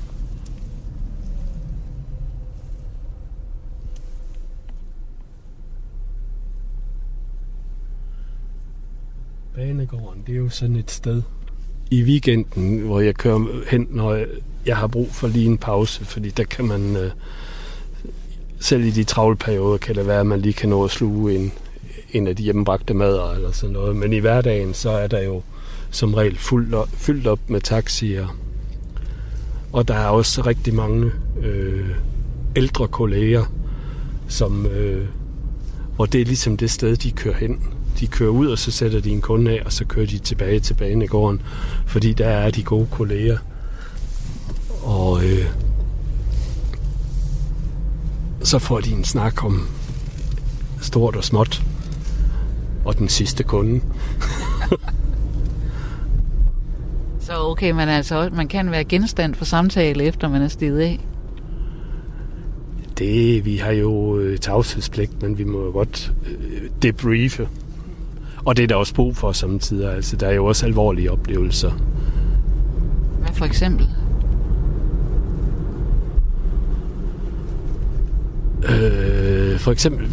Speaker 4: Banegården, det er jo sådan et sted i weekenden, hvor jeg kører hen, når jeg har brug for lige en pause, fordi der kan man, øh, selv i de travle perioder, kan det være, at man lige kan nå at sluge en, en af de hjemmebragte mader eller sådan noget. Men i hverdagen, så er der jo som regel fyldt op, fyldt op med taxier. Og der er også rigtig mange øh, ældre kolleger, som, øh, hvor det er ligesom det sted, de kører hen. De kører ud, og så sætter de en kunde af, og så kører de tilbage til banegården, fordi der er de gode kolleger. Og øh, så får de en snak om stort og småt, og den sidste kunde.
Speaker 1: Så okay, man, altså, man kan være genstand for samtale, efter man er steget af?
Speaker 4: Det, vi har jo øh, tavshedspligt, men vi må jo godt øh, debriefe. Og det er der også brug for samtidig. Altså, der er jo også alvorlige oplevelser.
Speaker 1: Hvad for eksempel?
Speaker 4: Øh, for eksempel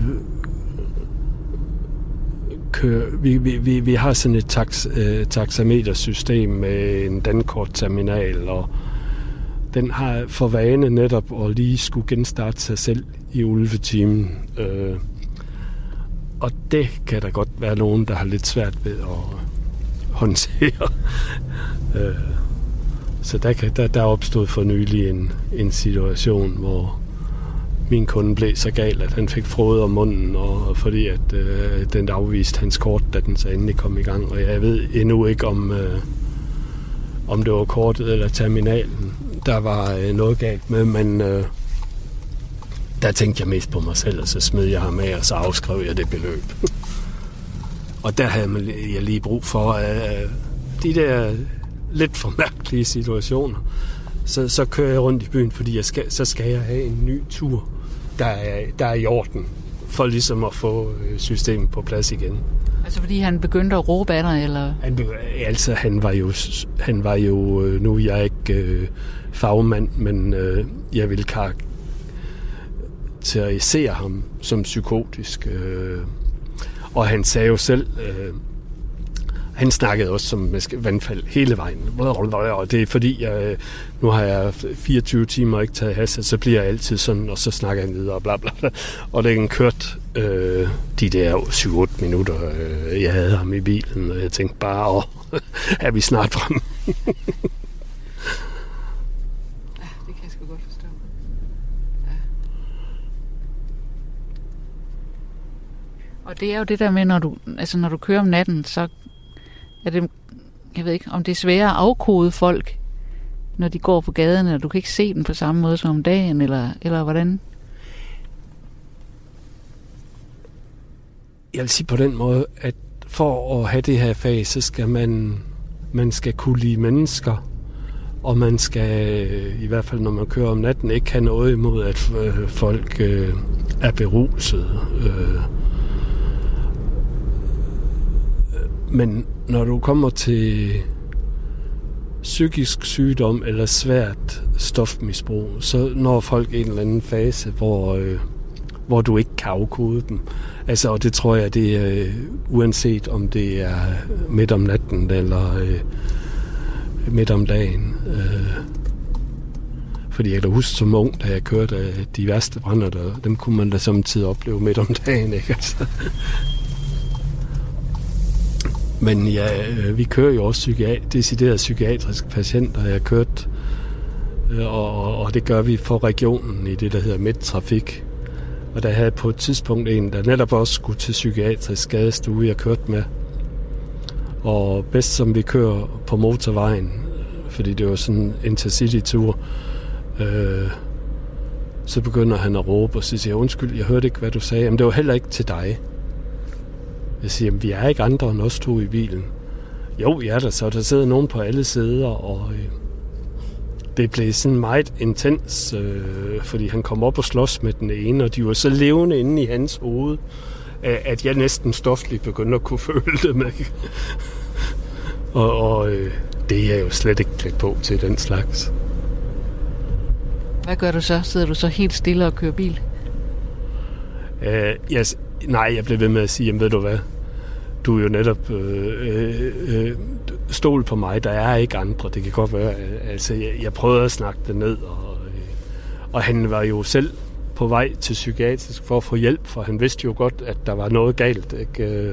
Speaker 4: kører, vi, vi, vi, vi har sådan et tax, øh, taxametersystem med en dankortterminal, og den har for vane netop at lige skulle genstarte sig selv i ulvetimen. Øh, og det kan der godt være nogen, der har lidt svært ved at håndtere. øh, så der, kan, der, der er opstået for nylig en, en situation, hvor min kunde blev så gal, at han fik frode om munden, og fordi at øh, den afviste hans kort, da den så endelig kom i gang. Og jeg ved endnu ikke, om, øh, om det var kortet eller terminalen, der var øh, noget galt med, men øh, der tænkte jeg mest på mig selv, og så smed jeg ham af, og så afskrev jeg det beløb. Og der havde jeg lige brug for øh, de der lidt for mærkelige situationer. Så, så kører jeg rundt i byen, fordi jeg skal, så skal jeg have en ny tur, der er, der er i orden, for ligesom at få systemet på plads igen.
Speaker 1: Altså fordi han begyndte at råbe af dig, eller? Han,
Speaker 4: altså han var jo, han var jo nu er jeg ikke øh, fagmand, men øh, jeg vil karakterisere ham som psykotisk. Øh, og han sagde jo selv... Øh, Han snakkede også som vandfald hele vejen. Og det er fordi, jeg, nu har jeg fireogtyve timer ikke taget hash, så bliver jeg altid sådan, og så snakker han videre, bla bla bla. Og det er kørt øh, de der syv otte minutter, øh, jeg havde ham i bilen, og jeg tænkte bare, åh, er vi snart fremme?
Speaker 1: Ja, det kan jeg sgu godt forstå. Ja. Og det er jo det der med, når du, altså når du kører om natten, så er det, jeg ved ikke, om det er sværere at afkode folk, når de går på gaden, eller du kan ikke se dem på samme måde som om dagen, eller, eller hvordan?
Speaker 4: Jeg vil sige på den måde, at for at have det her fag, så skal man, man skal kunne lide mennesker, og man skal, i hvert fald når man kører om natten, ikke have noget imod, at folk øh, er beruset. Øh. Men når du kommer til psykisk sygdom eller svært stofmisbrug, så når folk en eller anden fase, hvor, øh, hvor du ikke kan afkode dem. Altså, og det tror jeg, det er øh, uanset om det er midt om natten eller øh, midt om dagen. Øh, fordi jeg kan huske som ung, da jeg kørte de værste brænder, der, dem kunne man da samtidig opleve midt om dagen, ikke? Altså. Men ja, vi kører jo også psykiat- deciderede psykiatriske patienter. Jeg har kørt, og, og det gør vi for regionen i det, der hedder Midttrafik. Og der havde på et tidspunkt en, der netop også skulle til psykiatrisk skadestue, jeg kørte med. Og bedst som vi kører på motorvejen, fordi det var sådan en intercity-tur, øh, så begynder han at råbe, og så siger jeg, undskyld, jeg hørte ikke, hvad du sagde. Jamen, det var heller ikke til dig. Jeg siger, vi er ikke andre end os to i bilen. Jo, ja, der, så der sidder nogen på alle sæder, og øh, det blev sådan meget intens, øh, fordi han kom op og slås med den ene, og de var så levende inde i hans hoved, at jeg næsten stofligt begyndte at kunne føle det med. og og øh, det er jeg jo slet ikke klædt på til den slags.
Speaker 1: Hvad gør du så? Sidder du så helt stille og kører bil?
Speaker 4: Øh, yes. Nej, jeg blev ved med at sige, jamen ved du hvad, du er jo netop øh, øh, stol på mig, der er ikke andre, det kan godt være. Altså, jeg, jeg prøvede at snakke det ned, og, øh, og han var jo selv på vej til psykiatrisk for at få hjælp, for han vidste jo godt, at der var noget galt, ikke?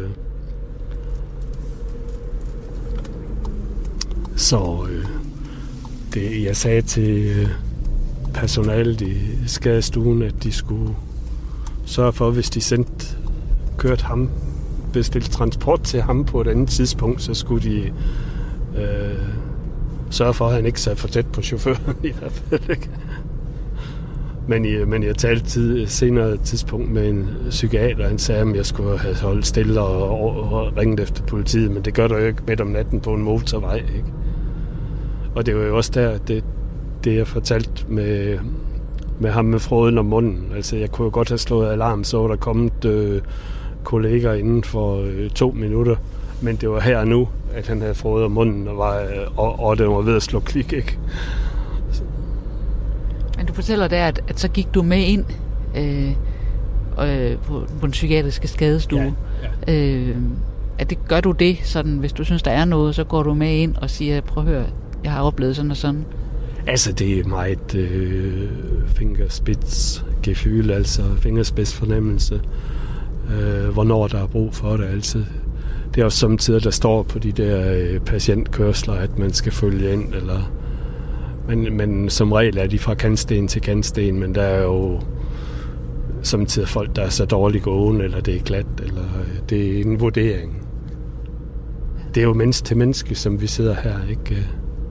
Speaker 4: Så øh, det, jeg sagde til personalet i skadestuen, at de skulle sørge for, hvis de sendte, kørte ham, bestilte transport til ham på et andet tidspunkt, så skulle de øh, sørge for, at han ikke sad for tæt på chaufføren i hvert fald. Ikke? Men, i, men jeg talte tid, senere tidspunkt med en psykiater, han sagde, at jeg skulle have holdt stille og, og, og ringet efter politiet, men det gør der jo ikke midt om natten på en motorvej. Ikke? Og det var jo også der, det, det jeg fortalte med... med ham med fråden om munden. Altså, jeg kunne jo godt have slået alarm, så var der kommet øh, kolleger inden for øh, to minutter. Men det var her nu, at han havde frådet om munden, og, var, øh, og, og det var ved at slå klik, ikke? Så.
Speaker 1: Men du fortæller der, at, at så gik du med ind øh, øh, på, på den psykiatriske skadestue. Ja, ja. Øh, at det, gør du det, sådan, hvis du synes, der er noget, så går du med ind og siger, prøv at høre, jeg har oplevet sådan og sådan.
Speaker 4: Altså, det er meget øh, fingerspidsgefühl, altså fingerspidsfornemmelse, øh, hvornår der er brug for det. Altså, det er også samtidig, der står på de der øh, patientkørsler, at man skal følge ind, eller, men, men som regel er de fra kantsten til kantsten, men der er jo samtidig folk, der er så dårligt gående, eller det er glat, eller det er en vurdering. Det er jo menneske til menneske, som vi sidder her, ikke?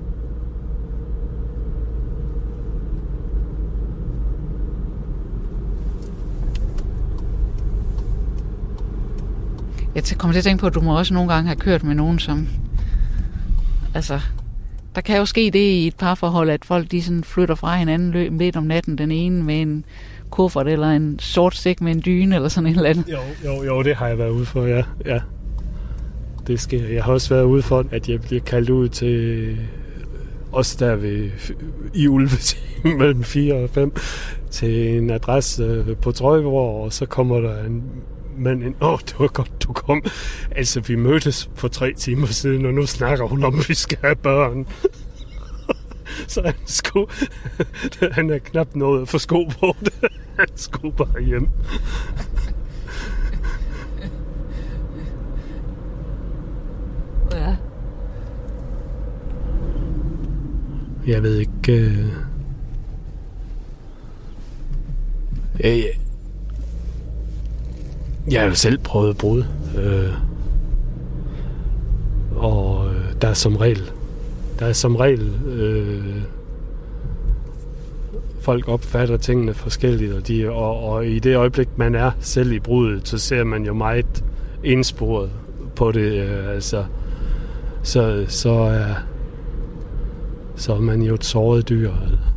Speaker 1: Jeg kommer til at tænke på, at du må også nogle gange have kørt med nogen, som... Altså, der kan jo ske det i et parforhold, at folk de sådan flytter fra hinanden løb midt om natten, den ene med en kuffert eller en sort sæk med en dyne eller sådan et eller andet.
Speaker 4: Jo, jo, jo, det har jeg været ude for, ja. ja. Det sker. Jeg har også været ude for, at jeg bliver kaldt ud til os der ved, i ulvetime mellem fire og fem til en adresse på Trøjborg, og så kommer der en mand ind. Åh, oh, det var godt, du kom. Altså, vi mødtes for tre timer siden, og nu snakker hun om, at vi skal have børn. Så han skulle... han er knap nået at få sko på det. Han skulle bare hjem.
Speaker 1: Ja.
Speaker 4: Jeg ved ikke... Uh... Jeg, jeg... jeg har jo selv prøvet brud. Uh... Og uh, der er som regel... Der er som regel... Uh... Folk opfatter tingene forskelligt, og, de, og, og i det øjeblik, man er selv i brudet, så ser man jo meget indsporet på det. Uh, altså... Så, så, er, så er man jo et såret dyr.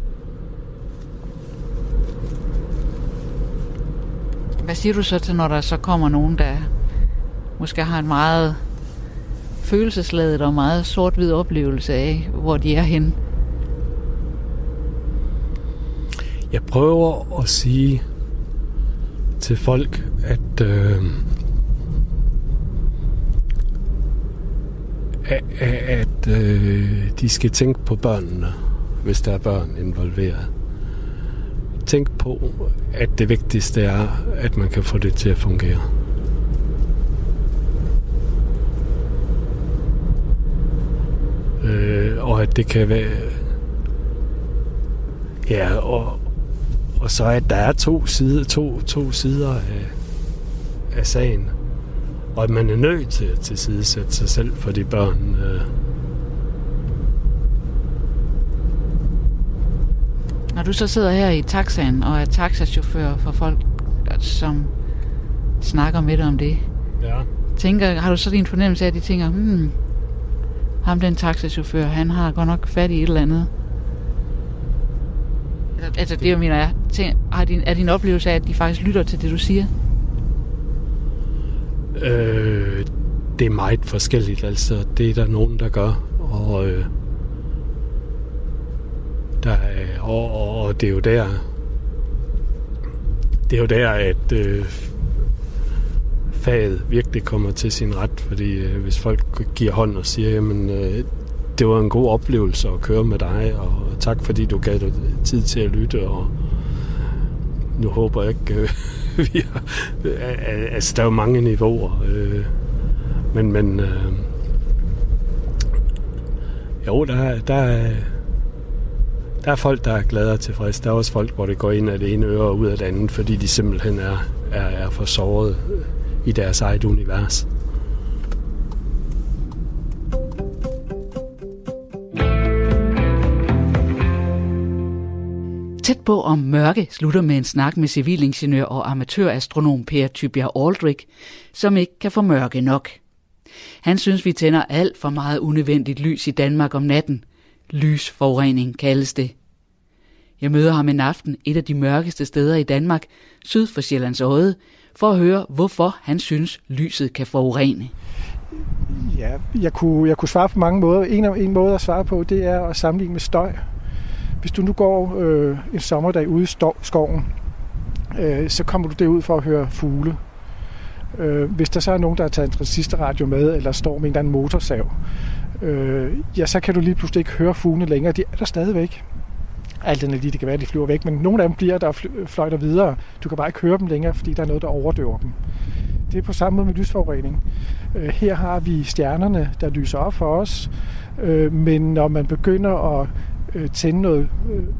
Speaker 1: Hvad siger du så til, når der så kommer nogen, der måske har en meget følelsesladet og meget sort-hvid oplevelse af, hvor de er henne?
Speaker 4: Jeg prøver at sige til folk, at... Øh, at, at øh, de skal tænke på børnene, hvis der er børn involveret. Tænk på, at det vigtigste er, at man kan få det til at fungere. Øh, og at det kan være... Ja, og, og så at der er to sider, to, to sider af, af sagen. Og at man er nødt til at tilsidesætte sig selv for de børn.
Speaker 1: Når du så sidder her i taxaen og er taxachauffør for folk, som snakker med dig om det,
Speaker 4: ja.
Speaker 1: tænker, har du så din fornemmelse af, at de tænker, hmm, ham den taxachauffør, han har godt nok fat i et eller andet? Altså det, jeg mener, jeg tænker, har din, er din oplevelse af, at de faktisk lytter til det, du siger?
Speaker 4: Øh, det er meget forskelligt, altså det er der nogen, der gør, og øh, der er, og, og, og det er jo der det er jo der, at øh, faget virkelig kommer til sin ret, fordi øh, hvis folk giver hånd og siger, jamen øh, det var en god oplevelse at køre med dig, og tak fordi du gav dig tid til at lytte, og nu håber jeg ikke øh, vi har, altså der er jo mange niveauer, øh, men men øh, jo der der er der er folk, der er glade og tilfredse. Der er også folk, hvor det går ind af det ene øre og ud af det andet, fordi de simpelthen er er, er for såret i deres eget univers.
Speaker 1: Tæt på om mørke slutter med en snak med civilingeniør og amatørastronom Per Tybjerg Aldrich, som ikke kan få mørke nok. Han synes, vi tænder alt for meget unødvendigt lys i Danmark om natten. Lysforurening kaldes det. Jeg møder ham en aften et af de mørkeste steder i Danmark, syd for Sjællands Odde, for at høre, hvorfor han synes, lyset kan forurene.
Speaker 5: Ja, jeg kunne, jeg kunne svare på mange måder. En, en måde at svare på, det er at sammenligne med støj. Hvis du nu går øh, en sommerdag ude i skoven, øh, så kommer du derud for at høre fugle. Øh, hvis der så er nogen, der har taget en transistorradio med, eller står med en eller anden motorsav, øh, ja, så kan du lige pludselig ikke høre fuglene længere. De er der stadigvæk. Alt andet lige, det kan være, at de flyver væk, men nogle af dem bliver der og fløjter videre. Du kan bare ikke høre dem længere, fordi der er noget, der overdøver dem. Det er på samme måde med lysforurening. Øh, her har vi stjernerne, der lyser op for os, øh, men når man begynder at tænde noget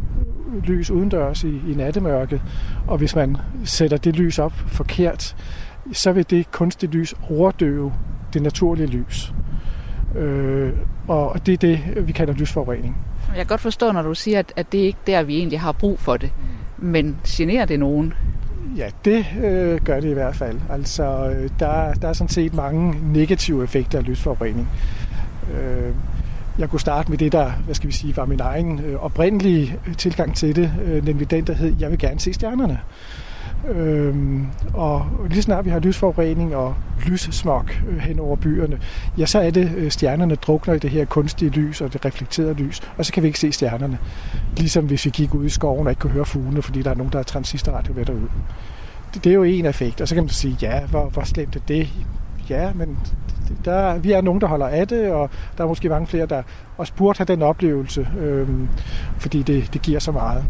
Speaker 5: lys udendørs i, i nattemørket, og hvis man sætter det lys op forkert, så vil det kunstige lys overdøve det naturlige lys. Øh, og det er det, vi kalder lysforurening.
Speaker 1: Jeg kan godt forstå, når du siger, at, at det ikke er der, vi egentlig har brug for det. Men generer det nogen?
Speaker 5: Ja, det øh, gør det i hvert fald. Altså, der, der er sådan set mange negative effekter af lysforurening. Øh, jeg kunne starte med det, der, hvad skal vi sige, var min egen øh, oprindelige tilgang til det, øh, nemlig den, der hed, jeg vil gerne se stjernerne. Øhm, og lige snart vi har lysforurening og lyssmog øh, hen over byerne, ja, så er det øh, stjernerne drukner i det her kunstige lys og det reflekterede lys, og så kan vi ikke se stjernerne. Ligesom hvis vi gik ud i skoven og ikke kunne høre fuglene, fordi der er nogen, der er transistorradio ved derude. Det, det er jo en effekt, og så kan man sige, ja, hvor, hvor slemt er det? Ja, men der, vi er nogen, der holder af det, og der er måske mange flere, der også burde have den oplevelse, øh, fordi det, det giver så meget.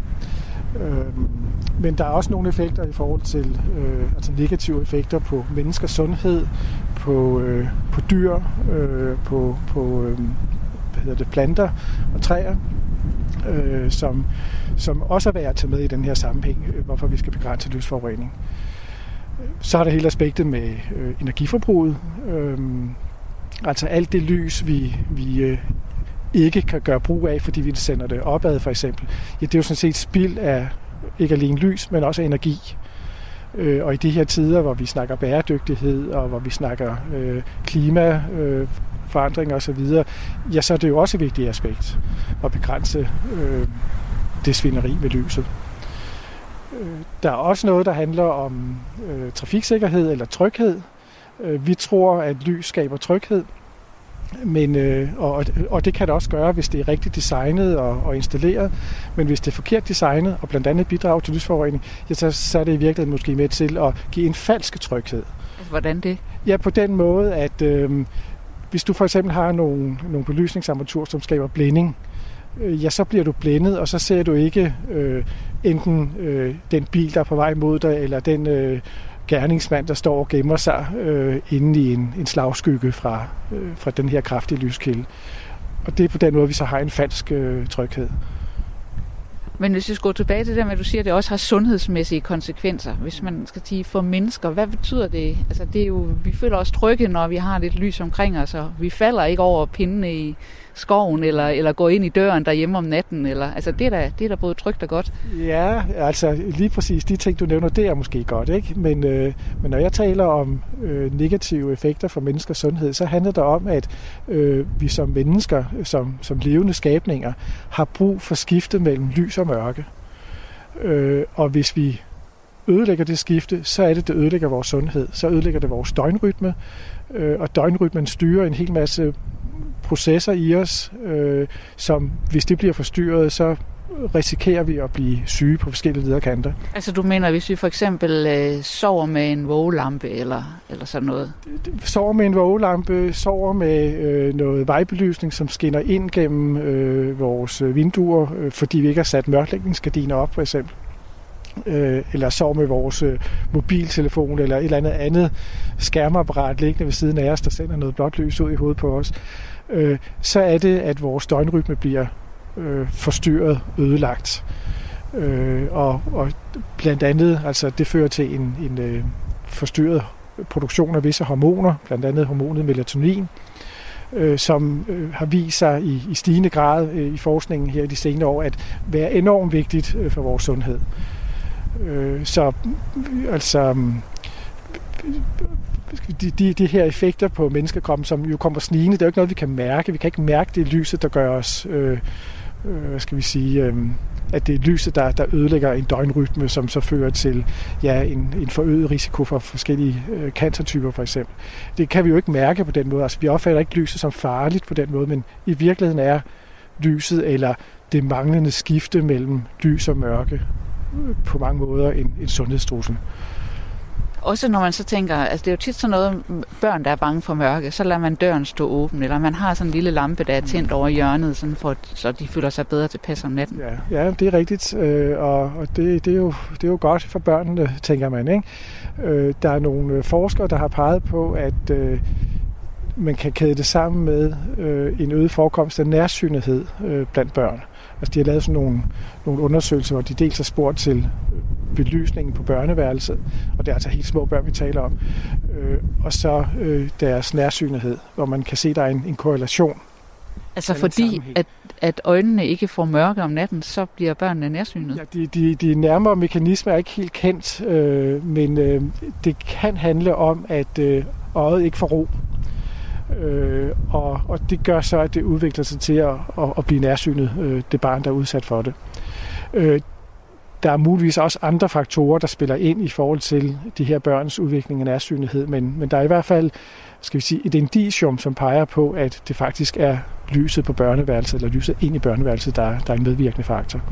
Speaker 5: Men der er også nogle effekter i forhold til øh, altså negative effekter på menneskers sundhed, på, øh, på dyr, øh, på, på øh, hvad hedder det, planter og træer, øh, som, som også er værd at tage med i den her sammenhæng, øh, hvorfor vi skal begrænse lysforurening. Så er der hele aspektet med øh, energiforbruget. Øh, altså alt det lys, vi, vi øh, ikke kan gøre brug af, fordi vi sender det opad for eksempel. Ja, det er jo sådan set spild af ikke alene lys, men også energi. Øh, og i de her tider, hvor vi snakker bæredygtighed, og hvor vi snakker øh, klimaforandringer øh, osv., ja, så er det jo også et vigtigt aspekt at begrænse øh, det svineri med lyset. Øh, der er også noget, der handler om øh, trafiksikkerhed eller tryghed. Øh, vi tror, at lys skaber tryghed. Men, øh, og, og det kan det også gøre, hvis det er rigtigt designet og, og installeret. Men hvis det er forkert designet, og blandt andet bidrager til lysforurening, ja, så, så er det i virkeligheden måske med til at give en falsk tryghed.
Speaker 1: Hvordan det?
Speaker 5: Ja, på den måde, at øh, hvis du for eksempel har nogle, nogle belysningsarmaturer, som skaber blænding, øh, ja, så bliver du blændet, og så ser du ikke øh, enten øh, den bil, der er på vej mod dig, eller den øh, gerningsmand, der står og gemmer sig øh, inde i en, en slagskygge fra, øh, fra den her kraftige lyskilde. Og det er på den måde, vi så har en falsk øh, tryghed.
Speaker 1: Men hvis vi skal gå tilbage til det med, at du siger, at det også har sundhedsmæssige konsekvenser, hvis man skal sige for mennesker, hvad betyder det? Altså det er jo, vi føler os trygge, når vi har lidt lys omkring os, og vi falder ikke over pindene i skoven, eller, eller går ind i døren derhjemme om natten, eller, altså det er, da, det er da både trygt og godt.
Speaker 5: Ja, altså lige præcis de ting, du nævner, det er måske godt, ikke? Men, øh, men når jeg taler om øh, negative effekter for menneskers sundhed, så handler det om, at øh, vi som mennesker, som, som levende skabninger, har brug for skifte mellem lys og mørke. Øh, og hvis vi ødelægger det skifte, så er det, det ødelægger vores sundhed. Så ødelægger det vores døgnrytme, øh, og døgnrytmen styrer en hel masse processer i os, øh, som hvis det bliver forstyrret, så risikerer vi at blive syge på forskellige lederkanter.
Speaker 1: Altså du mener, hvis vi for eksempel øh, sover med en vågelampe eller, eller sådan noget?
Speaker 5: Sover med en vågelampe, sover med øh, noget vejbelysning, som skinner ind gennem øh, vores vinduer, øh, fordi vi ikke har sat mørklægningsgardiner op for eksempel. Øh, eller sover med vores øh, mobiltelefon eller et eller andet andet skærmapparat liggende ved siden af os, der sender noget blåt lys ud i hovedet på os, øh, så er det, at vores døgnrytme bliver øh, forstyrret, ødelagt. Øh, og, og blandt andet, altså det fører til en, en øh, forstyrret produktion af visse hormoner, blandt andet hormonet melatonin, øh, som øh, har vist sig i, i stigende grad øh, i forskningen her i de senere år at være enormt vigtigt øh, for vores sundhed. Øh, så altså de, de, de her effekter på menneskekroppen, som jo kommer snigende, det er jo ikke noget, vi kan mærke. Vi kan ikke mærke det lyset, der gør os, øh, øh, hvad skal vi sige, øh, at det er lyset, der, der ødelægger en døgnrytme, som så fører til ja, en, en forøget risiko for forskellige øh, cancertyper for eksempel. Det kan vi jo ikke mærke på den måde. Altså, vi opfatter ikke lyset som farligt på den måde, men i virkeligheden er lyset eller det manglende skifte mellem lys og mørke på mange måder en, en sundhedstrussel.
Speaker 1: Også når man så tænker, altså det er jo tit sådan noget, børn der er bange for mørke, så lader man døren stå åben, eller man har sådan en lille lampe, der er tændt over hjørnet, sådan for, så de føler sig bedre tilpas om natten.
Speaker 5: Ja, ja, det er rigtigt, øh, og, og det, det, er jo, det er jo godt for børnene, tænker man, ikke? Øh, der er nogle forskere, der har peget på, at øh, man kan kæde det sammen med øh, en øget forekomst af nærsynethed øh, blandt børn. Altså, de har lavet sådan nogle, nogle undersøgelser, hvor de dels har spurgt til belysningen på børneværelset, og det er altså helt små børn, vi taler om, øh, og så øh, deres nærsynethed, hvor man kan se, at der er en, en korrelation.
Speaker 1: Altså fordi, at, at øjnene ikke får mørke om natten, så bliver børnene nærsynede?
Speaker 5: Ja, de, de, de nærmere mekanismer er ikke helt kendt, øh, men øh, det kan handle om, at øh, øjet ikke får ro. Øh, og, og det gør så, at det udvikler sig til at, at, at blive nærsynet, øh, det barn, der er udsat for det. Øh, der er muligvis også andre faktorer, der spiller ind i forhold til de her børns udvikling af nærsynethed, men, men der er i hvert fald, skal vi sige, et indicium, som peger på, at det faktisk er lyset på børneværelset, eller lyset ind i børneværelset, der, der er en medvirkende faktor.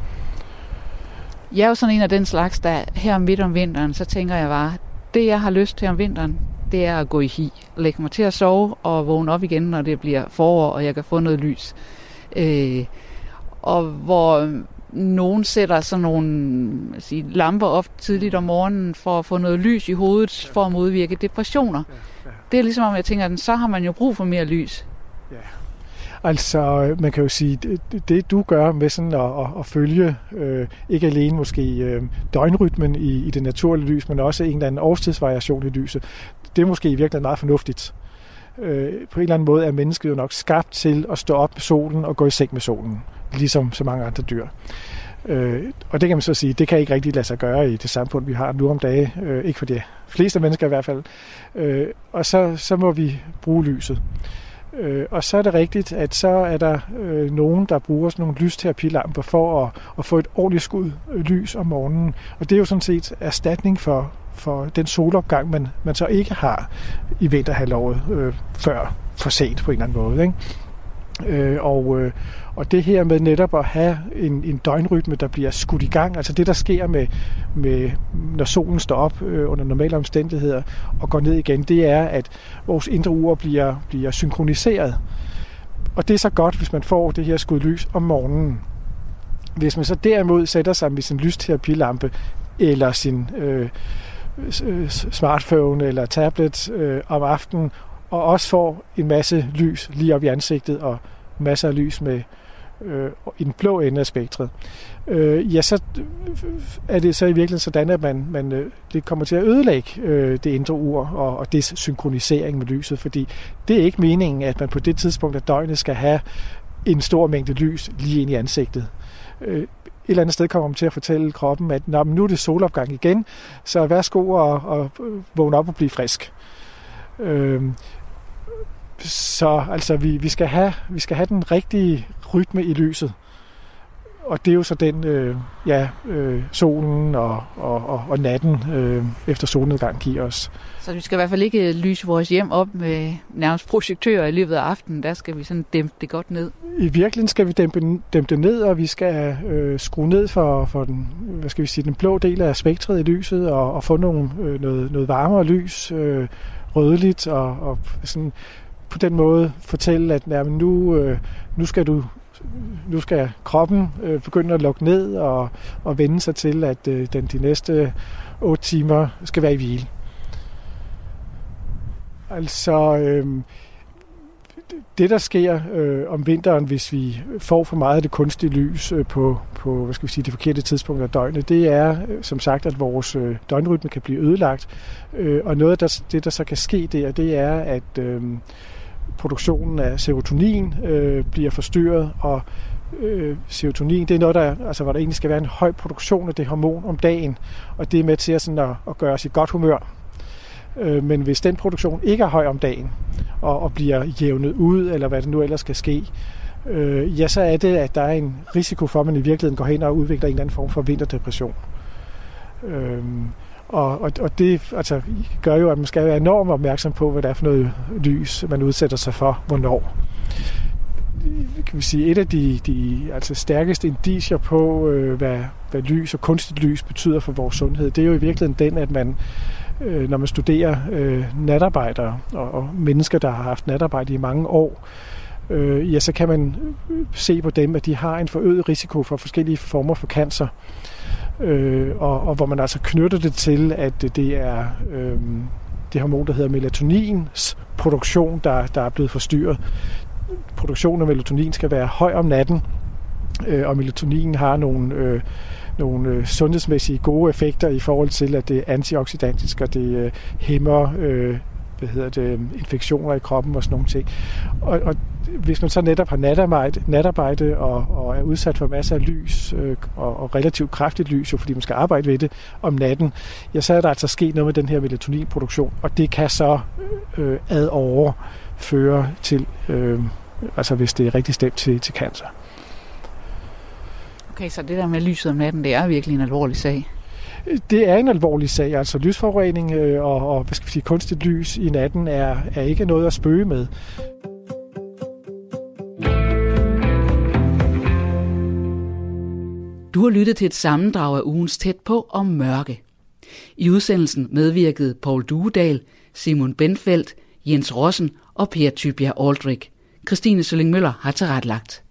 Speaker 1: Jeg er jo sådan en af den slags, der her midt om vinteren, så tænker jeg bare, det jeg har lyst til om vinteren, det er at gå i hi, lægge mig til at sove og vågne op igen, når det bliver forår, og jeg kan få noget lys. Øh, og hvor nogen sætter sådan nogle sige, lamper op tidligt om morgenen for at få noget lys i hovedet, for at modvirke depressioner. Det er ligesom om jeg tænker, at så har man jo brug for mere lys.
Speaker 5: Ja. Altså, man kan jo sige, det, det du gør med sådan at, at, at følge, øh, ikke alene måske øh, døgnrytmen i, i det naturlige lys, men også en eller anden årstidsvariation i lyset, det er måske i virkeligheden meget fornuftigt. Øh, på en eller anden måde er mennesket jo nok skabt til at stå op med solen og gå i seng med solen, ligesom så mange andre dyr. Øh, og det kan man så sige, det kan ikke rigtig lade sig gøre i det samfund, vi har nu om dage, øh, ikke for de fleste mennesker i hvert fald. Øh, og så, så må vi bruge lyset. Øh, og så er det rigtigt, at så er der øh, nogen, der bruger sådan nogle lysterapilamper for at, at få et ordentligt skud øh, lys om morgenen. Og det er jo sådan set erstatning for, for den solopgang, man, man så ikke har i vinterhalvåret øh, før for sent på en eller anden måde, ikke? Øh, og, øh, og det her med netop at have en, en døgnrytme, der bliver skudt i gang, altså det, der sker med, med når solen står op øh, under normale omstændigheder og går ned igen, det er, at vores indre ur bliver, bliver synkroniseret. Og det er så godt, hvis man får det her skud lys om morgenen. Hvis man så derimod sætter sig med sin lysterapilampe eller sin øh, smartphone eller tablet øh, om aftenen, og også får en masse lys lige op i ansigtet, og masser af lys med øh, i den blå ende af spektret, øh, ja, så er det så i virkeligheden sådan, at man, man øh, det kommer til at ødelægge øh, det indre ur og, og dets synkronisering med lyset, fordi det er ikke meningen, at man på det tidspunkt af døgnet skal have en stor mængde lys lige ind i ansigtet. Øh, et eller andet sted kommer man til at fortælle kroppen, at nu er det solopgang igen, så værsgo og, og vågne op og blive frisk. Øh, Så altså, vi, vi, skal have, vi skal have den rigtige rytme i lyset. Og det er jo så den, øh, ja, øh, solen og, og, og natten øh, efter solnedgang giver os.
Speaker 1: Så vi skal i hvert fald ikke lyse vores hjem op med nærmest projektører i løbet af aftenen. Der skal vi sådan dæmpe det godt ned. I
Speaker 5: virkeligheden skal vi dæmpe, dæmpe det ned, og vi skal øh, skrue ned for, for den, hvad skal vi sige, den blå del af spektret i lyset, og, og få nogle, øh, noget, noget varmere lys, øh, rødligt, og, og sådan på den måde fortælle, at ja, nu, øh, nu skal du nu skal kroppen øh, begynde at lukke ned og, og vende sig til, at øh, den de næste otte timer skal være i hvile. Altså, øh, det der sker øh, om vinteren, hvis vi får for meget af det kunstige lys øh, på, på hvad skal vi sige, de forkerte tidspunkter af døgnet, det er øh, som sagt, at vores øh, døgnrytme kan blive ødelagt. Øh, og noget af der, det, der så kan ske der, det er, at øh, produktionen af serotonin øh, bliver forstyrret, og øh, serotonin, det er noget, der, altså, hvor der egentlig skal være en høj produktion af det hormon om dagen, og det er med til at, sådan, at, at gøre os i godt humør. Øh, men hvis den produktion ikke er høj om dagen, og, og bliver jævnet ud, eller hvad det nu ellers skal ske, øh, ja, så er det, at der er en risiko for, at man i virkeligheden går hen og udvikler en eller anden form for vinterdepression. Øh, Og, og, og det altså, gør jo, at man skal være enormt opmærksom på, hvad det er for noget lys, man udsætter sig for, hvornår. Kan vi sige, et af de, de altså, stærkeste indicier på, øh, hvad, hvad lys og kunstigt lys betyder for vores sundhed, det er jo i virkeligheden den, at man, øh, når man studerer øh, natarbejdere og, og mennesker, der har haft natarbejde i mange år, øh, ja, så kan man se på dem, at de har en forøget risiko for forskellige former for cancer. Øh, og, og hvor man altså knytter det til, at det er øh, det hormon, der hedder melatonins produktion, der, der er blevet forstyrret. Produktionen af melatonin skal være høj om natten, øh, og melatonin har nogle, øh, nogle øh, sundhedsmæssige gode effekter i forhold til, at det er antioxidantisk, og det øh, hæmmer øh, hvad hedder det, infektioner i kroppen og sådan nogle ting. Og, og hvis man så netop har natarbejde, natarbejde og, og er udsat for masser af lys, øh, og, og relativt kraftigt lys, jo fordi man skal arbejde ved det om natten, ja, så er der altså sket noget med den her melatoninproduktion, og det kan så øh, ad over føre til, øh, altså hvis det er rigtig stemt til, til cancer.
Speaker 1: Okay, så det der med lyset om natten, det er virkelig en alvorlig sag?
Speaker 5: Det er en alvorlig sag. Altså lysforurening øh, og, og hvad skal vi sige, kunstigt lys i natten er, er ikke noget at spøge med.
Speaker 6: Du har lyttet til et sammendrag af ugens Tæt på om mørke. I udsendelsen medvirkede Poul Duedal, Simon Benfeldt, Jens Rossen og Per Tybjerg Aldrich. Christine Sølling Møller har tilrettelagt.